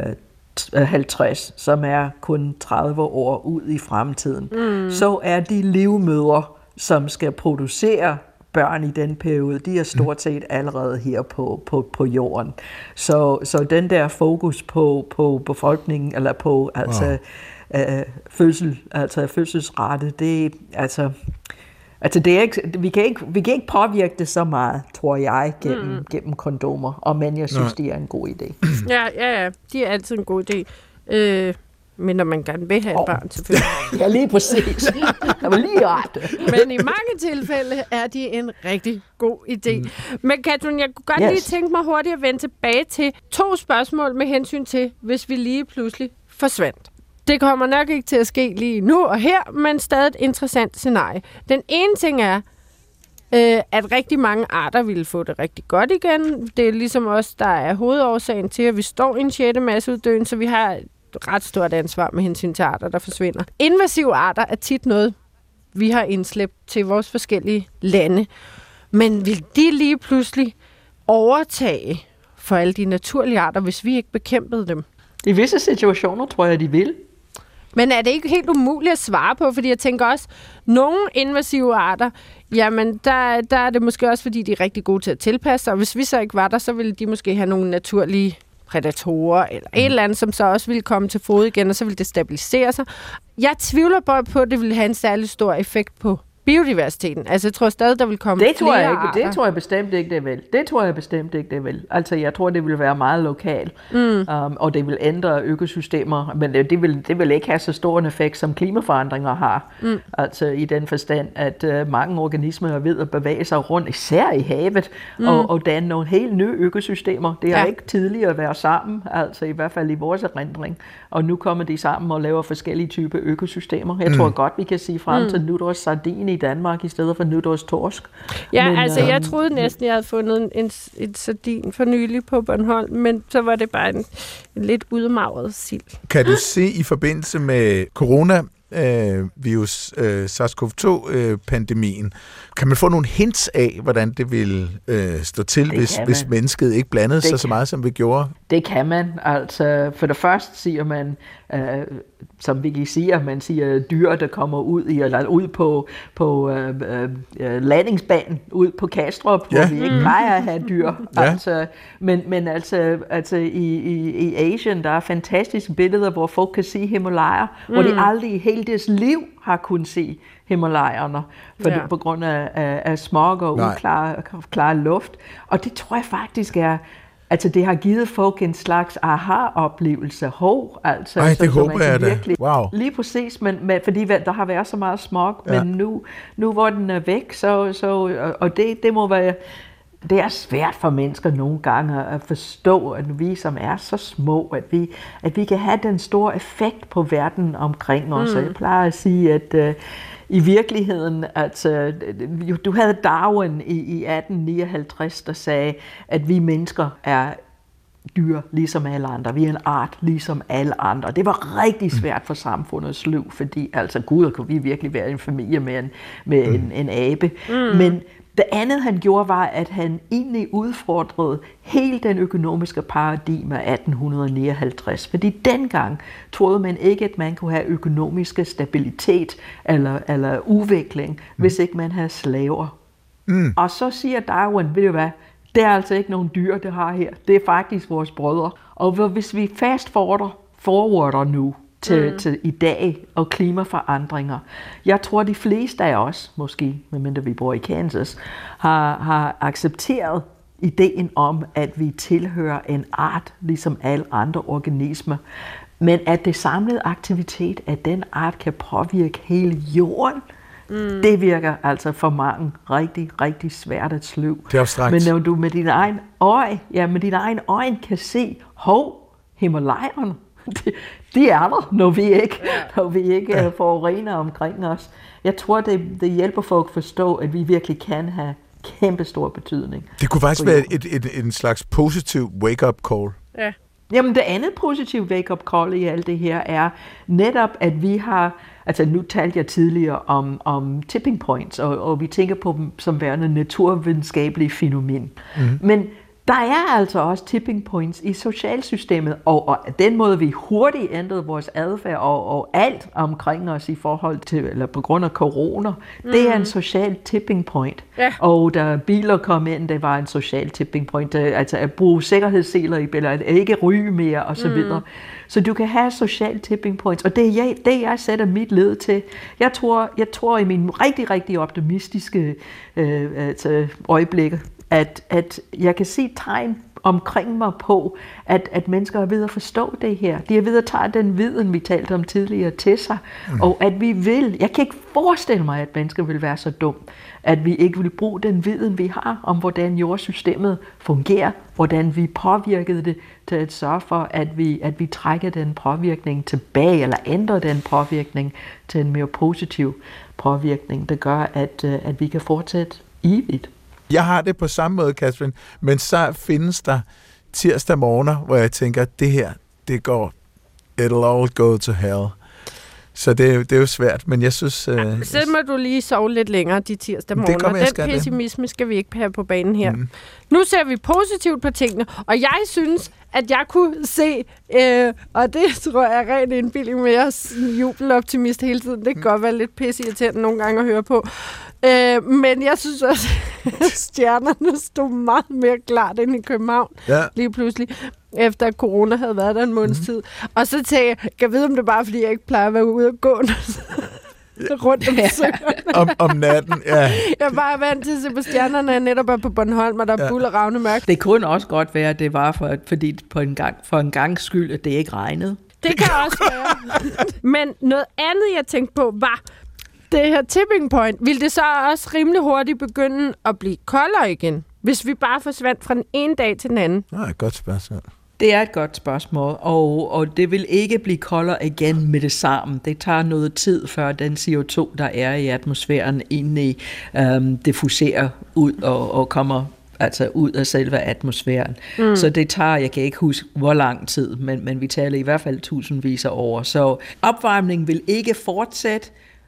halvtreds, som er kun tredive år ud i fremtiden, mm. så er de livmødre, som skal producere børn i den periode, de er stort set allerede her på, på, på jorden. Så, så den der fokus på, på befolkningen, eller på altså, wow. øh, fødsel, altså fødselsrate, det altså Altså det er ikke, vi, kan ikke, vi kan ikke påvirke det så meget, tror jeg, gennem, mm. gennem kondomer, og men jeg synes, Nej. det er en god idé.
Ja, ja, ja, de er altid en god idé. Øh, men når man gerne vil have oh. et barn, selvfølgelig.
Ja, lige præcis. Jeg var lige ret.
Men i mange tilfælde er de en rigtig god idé. Mm. Men Katrin, jeg kunne godt yes. lige tænke mig hurtigt at vende tilbage til to spørgsmål med hensyn til, hvis vi lige pludselig forsvandt. Det kommer nok ikke til at ske lige nu og her, men stadig et interessant scenarie. Den ene ting er, øh, at rigtig mange arter ville få det rigtig godt igen. Det er ligesom os, der er hovedårsagen til, at vi står i en sjette masseuddøen, så vi har et ret stort ansvar med hensyn til arter, der forsvinder. Invasive arter er tit noget, vi har indslæbt til vores forskellige lande. Men vil de lige pludselig overtage for alle de naturlige arter, hvis vi ikke bekæmpede dem?
I visse situationer tror jeg, de vil.
Men er det ikke helt umuligt at svare på? Fordi jeg tænker også, nogle invasive arter, jamen der, der er det måske også, fordi de er rigtig gode til at tilpasse sig. Og hvis vi så ikke var der, så ville de måske have nogle naturlige prædatorer eller et eller andet, som så også ville komme til fod igen, og så ville det stabilisere sig. Jeg tvivler bare på, at det ville have en særlig stor effekt på biodiversiteten. Altså, jeg tror stadig, der vil komme
det tror
flere
jeg ikke.
arter.
Det tror jeg bestemt ikke, det vil. Det tror jeg bestemt ikke, det vil. Altså, jeg tror, det vil være meget lokalt, mm. um, og det vil ændre økosystemer, men det, det, vil, det vil ikke have så stor en effekt, som klimaforandringer har. Mm. Altså, i den forstand, at uh, mange organismer er ved at bevæge sig rundt, især i havet, mm. og, og danne nogle helt nye økosystemer. Det har ja. ikke tidligere været sammen, altså i hvert fald i vores erindring, og nu kommer de sammen og laver forskellige typer økosystemer. Jeg mm. tror godt, vi kan sige frem mm. til nudors sardin i Danmark, i stedet for nudors torsk.
Ja,
men,
altså
øhm,
jeg troede næsten, jeg havde fundet en, en, en sardin for nylig på Bornholm, men så var det bare en, en lidt udmagret sild.
Kan du se i forbindelse med corona, øh, virus, øh, SARS-CoV to pandemien, øh, kan man få nogle hints af, hvordan det vil øh, stå til, det hvis, hvis mennesket ikke blandede det sig kan. så meget, som vi gjorde?
Det kan man. Altså, for det første siger man, øh, som Vicky siger, man siger dyr, der kommer ud i eller ud på, på øh, øh, landingsbanen, ud på Kastrup, ja. hvor vi ikke plejer at have dyr. ja. altså, men, men altså, altså i, i, i Asien, der er fantastiske billeder, hvor folk kan se Himalayer, mm. hvor de aldrig i hele deres liv har kunnet se Himalayerne, for ja. det, på grund af, af, af smog og uklar klar luft. Og det tror jeg faktisk er, altså det har givet folk en slags aha-oplevelse. Hov, altså.
Ej,
så,
det
så
håber jeg da. Wow.
Lige præcis, men, men, fordi der har været så meget smog, ja. men nu, nu hvor den er væk, så, så og det, det må være, det er svært for mennesker nogle gange at forstå, at vi som er så små, at vi, at vi kan have den store effekt på verden omkring os. Mm. Jeg plejer at sige, at uh, i virkeligheden, at uh, du havde Darwin i, i atten nioghalvtreds, der sagde, at vi mennesker er dyr ligesom alle andre. Vi er en art ligesom alle andre. Det var rigtig svært for samfundets liv, fordi altså gud, kunne vi virkelig være en familie med en, med mm. en, en abe. Mm. Men det andet, han gjorde, var, at han egentlig udfordrede hele den økonomiske paradigme af atten nioghalvtreds. Fordi dengang troede man ikke, at man kunne have økonomisk stabilitet eller, eller udvikling, mm. hvis ikke man havde slaver. Mm. Og så siger Darwin, ved du hvad, det er altså ikke nogen dyr, det har her. Det er faktisk vores brødre. Og hvis vi fast forwarder, forwarder nu til, mm. til i dag og klimaforandringer, jeg tror, de fleste af os, måske medmindre vi bor i Kansas, har, har accepteret ideen om, at vi tilhører en art, ligesom alle andre organismer, men at det samlede aktivitet af den art kan påvirke hele jorden. Mm. Det virker altså for mange rigtig, rigtig svært at sluge.
Det er abstrakt.
Men når du med din egen øje, ja, med din egen øje kan se, hov, Himalajerne, de, de er der, når vi ikke, ja. når vi ikke ja. forurener omkring os. Jeg tror, det, det hjælper folk at forstå, at vi virkelig kan have kæmpe stor betydning.
Det kunne faktisk være et, et, et, en slags positiv wake-up call.
Ja.
Jamen, det andet positive wake-up call i alt det her er netop, at vi har, altså nu talte jeg tidligere om, om tipping points, og, og vi tænker på dem som værende naturvidenskabelige fænomen. Mm-hmm. Men der er altså også tipping points i socialsystemet, og, og den måde, vi hurtigt ændrede vores adfærd og, og alt omkring os i forhold til, eller på grund af corona, mm. det er en social tipping point. Ja. Og da biler kom ind, det var en social tipping point, altså at bruge sikkerhedsseler i biler, at ikke ryge mere osv. Mm. Så du kan have social tipping points, og det er jeg, det jeg sætter mit led til. Jeg tror, jeg tror i mine rigtig, rigtig optimistiske øh, altså, øjeblikke, At, at jeg kan se tegn omkring mig på, at, at mennesker er ved at forstå det her. De er ved at tage den viden, vi talte om tidligere, til sig. Mm. Og at vi vil, jeg kan ikke forestille mig, at mennesker vil være så dum, at vi ikke vil bruge den viden, vi har om, hvordan jordsystemet fungerer, hvordan vi påvirkede det, til at sørge for, at vi, at vi trækker den påvirkning tilbage, eller ændrer den påvirkning til en mere positiv påvirkning, der gør, at, at vi kan fortsætte evigt.
Jeg har det på samme måde, Catherine, men så findes der tirsdag morgener, hvor jeg tænker, at det her, det går, it'll all go to hell. Så det, det er jo svært, men jeg synes... Ja, øh,
så må du lige sove lidt længere de tirsdag morgener. Den pessimisme skal vi ikke have på banen her. Mm. Nu ser vi positivt på tingene, og jeg synes, at jeg kunne se, øh, og det tror jeg er rent indbildning med jeres jubeloptimist hele tiden. Det kan godt være lidt pisseirriterende nogle gange at høre på. Øh, men jeg synes også, at stjernerne stod meget mere klart ind i København ja. lige pludselig, efter at corona havde været der en måneds mm. tid. Og så tænkte jeg, kan jeg vide, om det er bare, fordi jeg ikke plejer at være ude og gå rundt om søerne.
om, om natten, ja.
Jeg er bare vant til at se på stjernerne, netop er på Bornholm, og der er ja. buller ravne mørkt.
Det kunne også godt være, at det var for, fordi på en gang, for en gang skyld, at det ikke regnede.
Det kan også være. Men noget andet, jeg tænkte på, var det her tipping point. Vil det så også rimelig hurtigt begynde at blive koldere igen, hvis vi bare forsvandt fra den ene dag til den anden?
Det er et godt spørgsmål.
Det er et godt spørgsmål, og, og det vil ikke blive koldere igen med det samme. Det tager noget tid, før den C O to, der er i atmosfæren, egentlig øhm, diffuserer ud og, og kommer altså ud af selve atmosfæren. Mm. Så det tager, jeg kan ikke huske, hvor lang tid, men, men vi taler i hvert fald tusindvis af år. Så opvarmningen vil ikke fortsætte,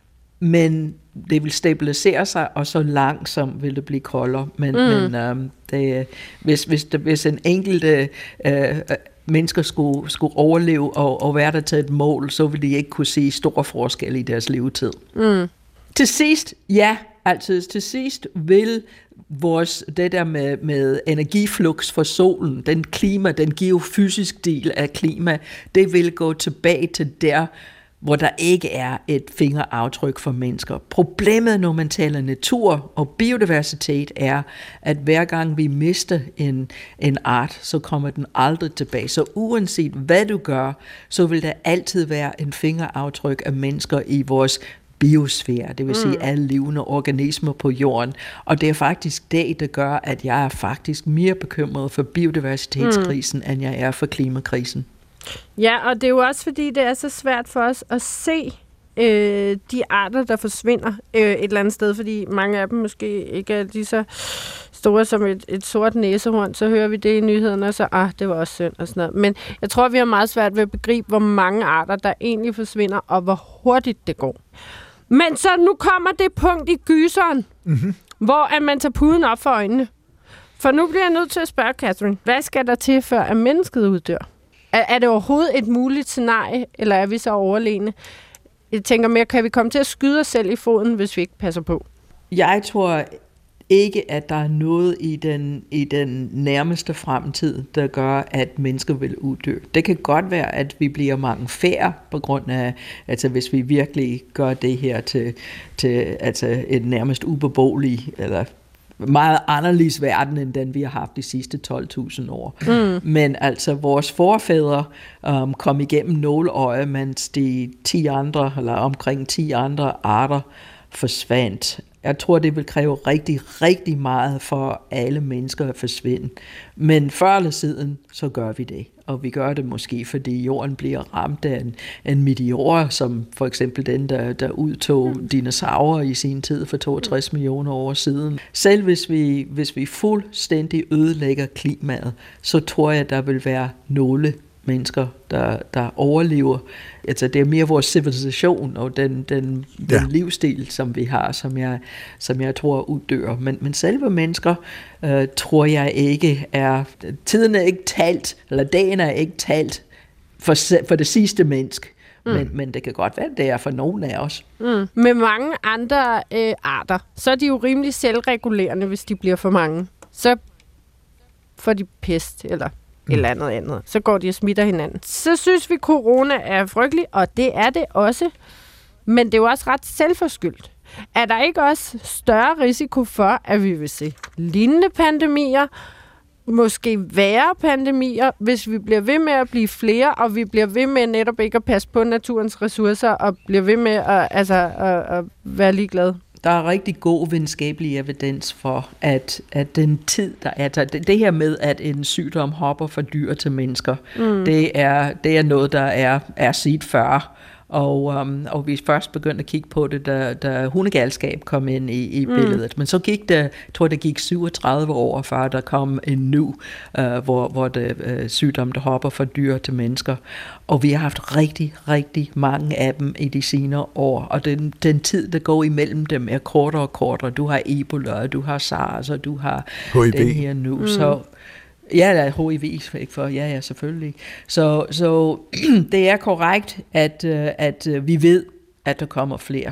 men det vil stabilisere sig, og så langsomt vil det blive koldere. Men, mm. men øhm, det, hvis, hvis, det, hvis en enkelt øh, mennesker skulle, skulle overleve og, og være der til et mål, så vil de ikke kunne se store forskelle i deres levetid. Mm. Til sidst, ja, altså til sidst vil vores, det der med, med energiflux fra solen, den klima, den geofysiske del af klima, det vil gå tilbage til der, hvor der ikke er et fingeraftryk for mennesker. Problemet, når man taler natur og biodiversitet, er, at hver gang vi mister en, en art, så kommer den aldrig tilbage. Så uanset hvad du gør, så vil der altid være en fingeraftryk af mennesker i vores biosfære, det vil sige mm. alle levende organismer på jorden. Og det er faktisk det, der gør, at jeg er faktisk mere bekymret for biodiversitetskrisen, mm. end jeg er for klimakrisen.
Ja, og det er jo også fordi, det er så svært for os at se øh, de arter, der forsvinder øh, et eller andet sted, fordi mange af dem måske ikke er lige så store som et, et sort næsehorn, så hører vi det i nyhederne, og så, ah, det var også synd og sådan noget. Men jeg tror, vi har meget svært ved at begribe, hvor mange arter, der egentlig forsvinder, og hvor hurtigt det går. Men så nu kommer det punkt i gyseren, mm-hmm. hvor at man tager puden op for øjnene. For nu bliver jeg nødt til at spørge, Catherine, hvad skal der til, før at mennesket uddør? Er, er det overhovedet et muligt scenarie, eller er vi så overlegne? Jeg tænker mere, kan vi komme til at skyde os selv i foden, hvis vi ikke passer på?
Jeg tror ikke, at der er noget i den, i den nærmeste fremtid, der gør, at mennesker vil uddø. Det kan godt være, at vi bliver mange færre på grund af, altså hvis vi virkelig gør det her til, til altså et nærmest ubeboelig, eller meget anderledes verden, end den vi har haft de sidste tolv tusind år. Mm. Men altså, vores forfædre um, kom igennem nåleøje, mens de ti andre, eller omkring ti andre arter forsvandt. Jeg tror, det vil kræve rigtig, rigtig meget for alle mennesker at forsvinde. Men før eller siden, så gør vi det. Og vi gør det måske, fordi jorden bliver ramt af en, en meteor, som for eksempel den, der, der udtog dinosaurer i sin tid for toogtres millioner år siden. Selv hvis vi, hvis vi fuldstændig ødelægger klimaet, så tror jeg, der vil være nogle mennesker, der, der overlever. Altså, det er mere vores civilisation og den, den, ja. den livsstil, som vi har, som jeg, som jeg tror uddør. Men, men selve mennesker, øh, tror jeg ikke er... Tiden er ikke talt, eller dagen er ikke talt for, for det sidste menneske. Mm. Men, men det kan godt være, det er for nogen af os.
Mm. Med mange andre øh, arter, så er de jo rimelig selvregulerende, hvis de bliver for mange. Så får de pest, eller... eller andet andet. Så går de og smitter hinanden. Så synes vi, corona er frygtelig, og det er det også. Men det er jo også ret selvforskyldt. Er der ikke også større risiko for, at vi vil se lignende pandemier, måske værre pandemier, hvis vi bliver ved med at blive flere, og vi bliver ved med netop ikke at passe på naturens ressourcer, og bliver ved med at, altså, at, at være ligeglade?
Der er rigtig god videnskabelig evidens for, at, at den tid, der er der, det, det her med, at en sygdom hopper fra dyr til mennesker, mm. det, er, det er noget, der er, er set før. Og, um, og vi først begyndte at kigge på det, da, da hundegalskab kom ind i, i billedet. Mm. Men så gik det, jeg tror det gik syvogtredive år, før der kom en nu, uh, hvor, hvor det uh, sygdom, der hopper fra dyr til mennesker. Og vi har haft rigtig, rigtig mange af dem i de senere år. Og den, den tid, der går imellem dem, er kortere og kortere. Du har Ebola, du har SARS, og du har H I V. Den her nu. Mm. Så ja, der er H I V, ikke for, ja, ja, selvfølgelig. Så, så det er korrekt, at, at vi ved, at der kommer flere.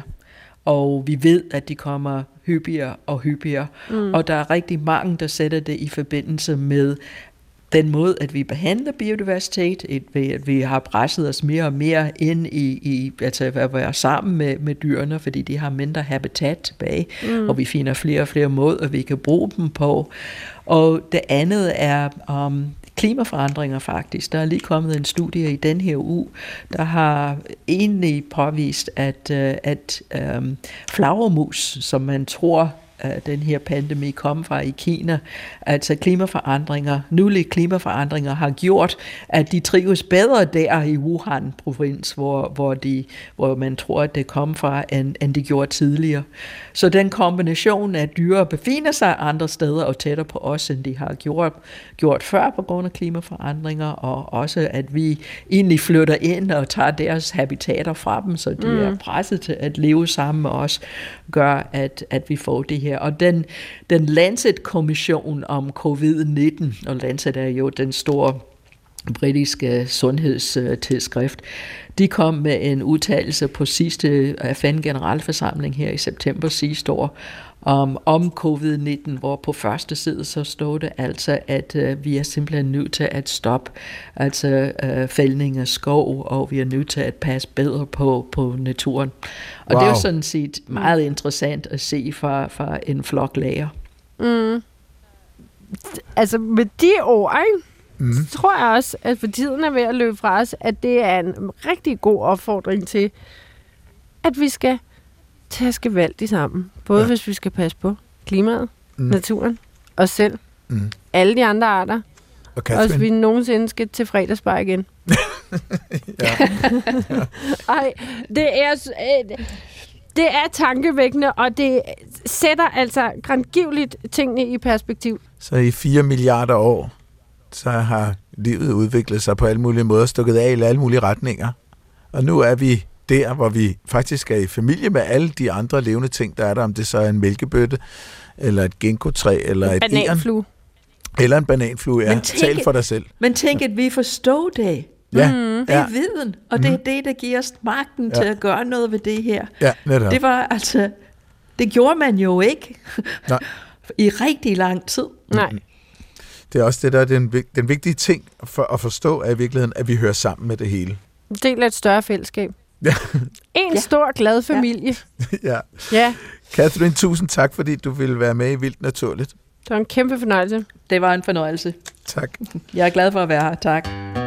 Og vi ved, at de kommer hyppigere og hyppigere. Mm. Og der er rigtig mange, der sætter det i forbindelse med den måde, at vi behandler biodiversitet, at vi har presset os mere og mere ind i, i altså at være sammen med, med dyrene, fordi de har mindre habitat tilbage, mm. og vi finder flere og flere måder, vi kan bruge dem på. Og det andet er um, klimaforandringer faktisk. Der er lige kommet en studie i den her uge, der har egentlig påvist, at, at um, flagermus, som man tror, den her pandemi kom fra i Kina, altså klimaforandringer, nylige klimaforandringer har gjort, at de trives bedre der i Wuhan-provins, hvor, hvor, de, hvor man tror, at det kom fra, end, end de gjorde tidligere. Så den kombination af dyr befinder sig andre steder og tættere på os, end de har gjort, gjort før på grund af klimaforandringer, og også at vi egentlig flytter ind og tager deres habitater fra dem, så de mm. er presset til at leve sammen med os, gør, at, at vi får det her. Og den, den Lancet-kommission om covid nitten, og Lancet er jo den store britiske sundhedstidsskrift, de kom med en udtalelse på sidste F N-generalforsamling her i september sidste år, om, om covid nitten, hvor på første side så stod det altså, at uh, vi er simpelthen nødt til at stoppe altså uh, fældning af skov, og vi er nødt til at passe bedre på, på naturen. Og wow. Det er jo sådan set meget interessant at se fra, fra en flok læger.
Mm. Altså med de ord, ikke? Mm. Så tror jeg også, at for tiden er ved at løbe fra os, at det er en rigtig god opfordring til, at vi skal tage gevaldigt sammen. Både ja. Hvis vi skal passe på klimaet, mm. naturen, os selv, mm. alle de andre arter, og, og hvis vi nogensinde skal til fredagsbar igen.
ja.
Ej, det er... Øh, Det er tankevækkende, og det sætter altså grandgiveligt tingene i perspektiv.
Så i fire milliarder år, så har livet udviklet sig på alle mulige måder, stukket af i alle mulige retninger. Og nu er vi der, hvor vi faktisk er i familie med alle de andre levende ting, der er der, om det så er en mælkebøtte, eller et ginkgotræ, eller
en
et
bananflue.
Eller en bananflue, ja.
Tænk,
Tal for dig selv.
Men tænk, at vi forstår det.
Ja.
Mm, det er viden, og mm. det er det, der giver os magten ja. til at gøre noget ved det her.
Ja, netop.
Det var altså, det gjorde man jo ikke
Nej.
i rigtig lang tid.
Nej.
Det er også det, der er den, den vigtige ting for at forstå, er i virkeligheden, at vi hører sammen med det hele.
Del af et større fællesskab.
Ja.
En ja. stor, glad familie.
Ja.
Ja.
Catherine, tusind tak, fordi du ville være med i Vildt Naturligt.
Det var en kæmpe fornøjelse.
Det var en fornøjelse.
Tak.
Jeg er glad for at være her. Tak.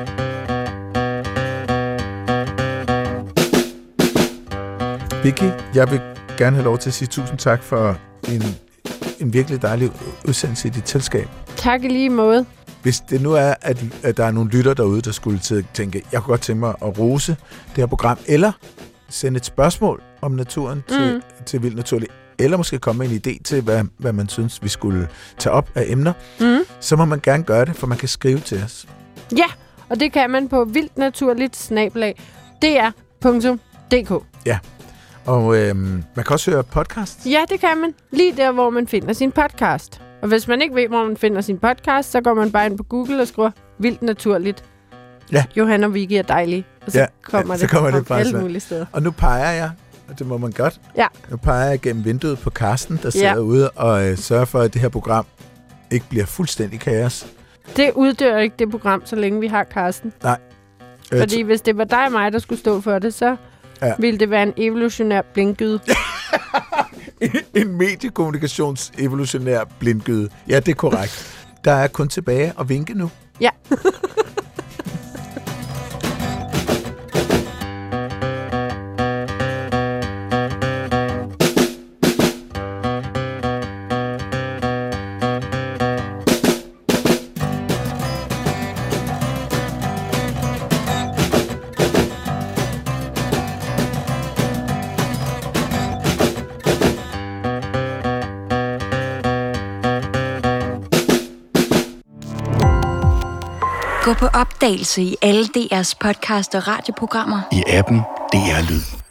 Vicky, jeg vil gerne have lov til at sige tusind tak for en, en virkelig dejlig udsendelse i dit selskab.
Tak i lige måde.
Hvis det nu er, at, at der er nogle lytter derude, der skulle til tænke, jeg kunne godt tænke mig at rose det her program, eller sende et spørgsmål om naturen mm. til, til Vildt Naturligt, eller måske komme med en idé til, hvad, hvad man synes, vi skulle tage op af emner, mm. så må man gerne gøre det, for man kan skrive til os.
Ja, og det kan man på vildtnaturligt snabel-a d r punktum d k.
Ja, og øhm, man kan også høre podcast.
Ja, det kan man. Lige der, hvor man finder sin podcast. Og hvis man ikke ved, hvor man finder sin podcast, så går man bare ind på Google og skriver Vildt Naturligt.
Ja.
Johan og Vicky er dejlige. Og så
ja,
kommer
ja,
det,
så kommer det
fra alle mulige steder.
Og nu peger jeg, og det må man godt.
Ja.
Nu peger jeg gennem vinduet på Karsten, der sidder
ja.
ude og øh, sørger for, at det her program ikke bliver fuldstændig kaos.
Det uddør ikke det program, så længe vi har Karsten.
Nej.
Fordi hvis det var dig og mig, der skulle stå for det, så ja. ville det være en evolutionær blindgyde.
En mediekommunikations evolutionær blindgyde. Ja, det er korrekt. Der er kun tilbage at vinke nu.
Ja.
Gå på opdagelse i alle D R's podcast og radioprogrammer.
I appen D R Lyd.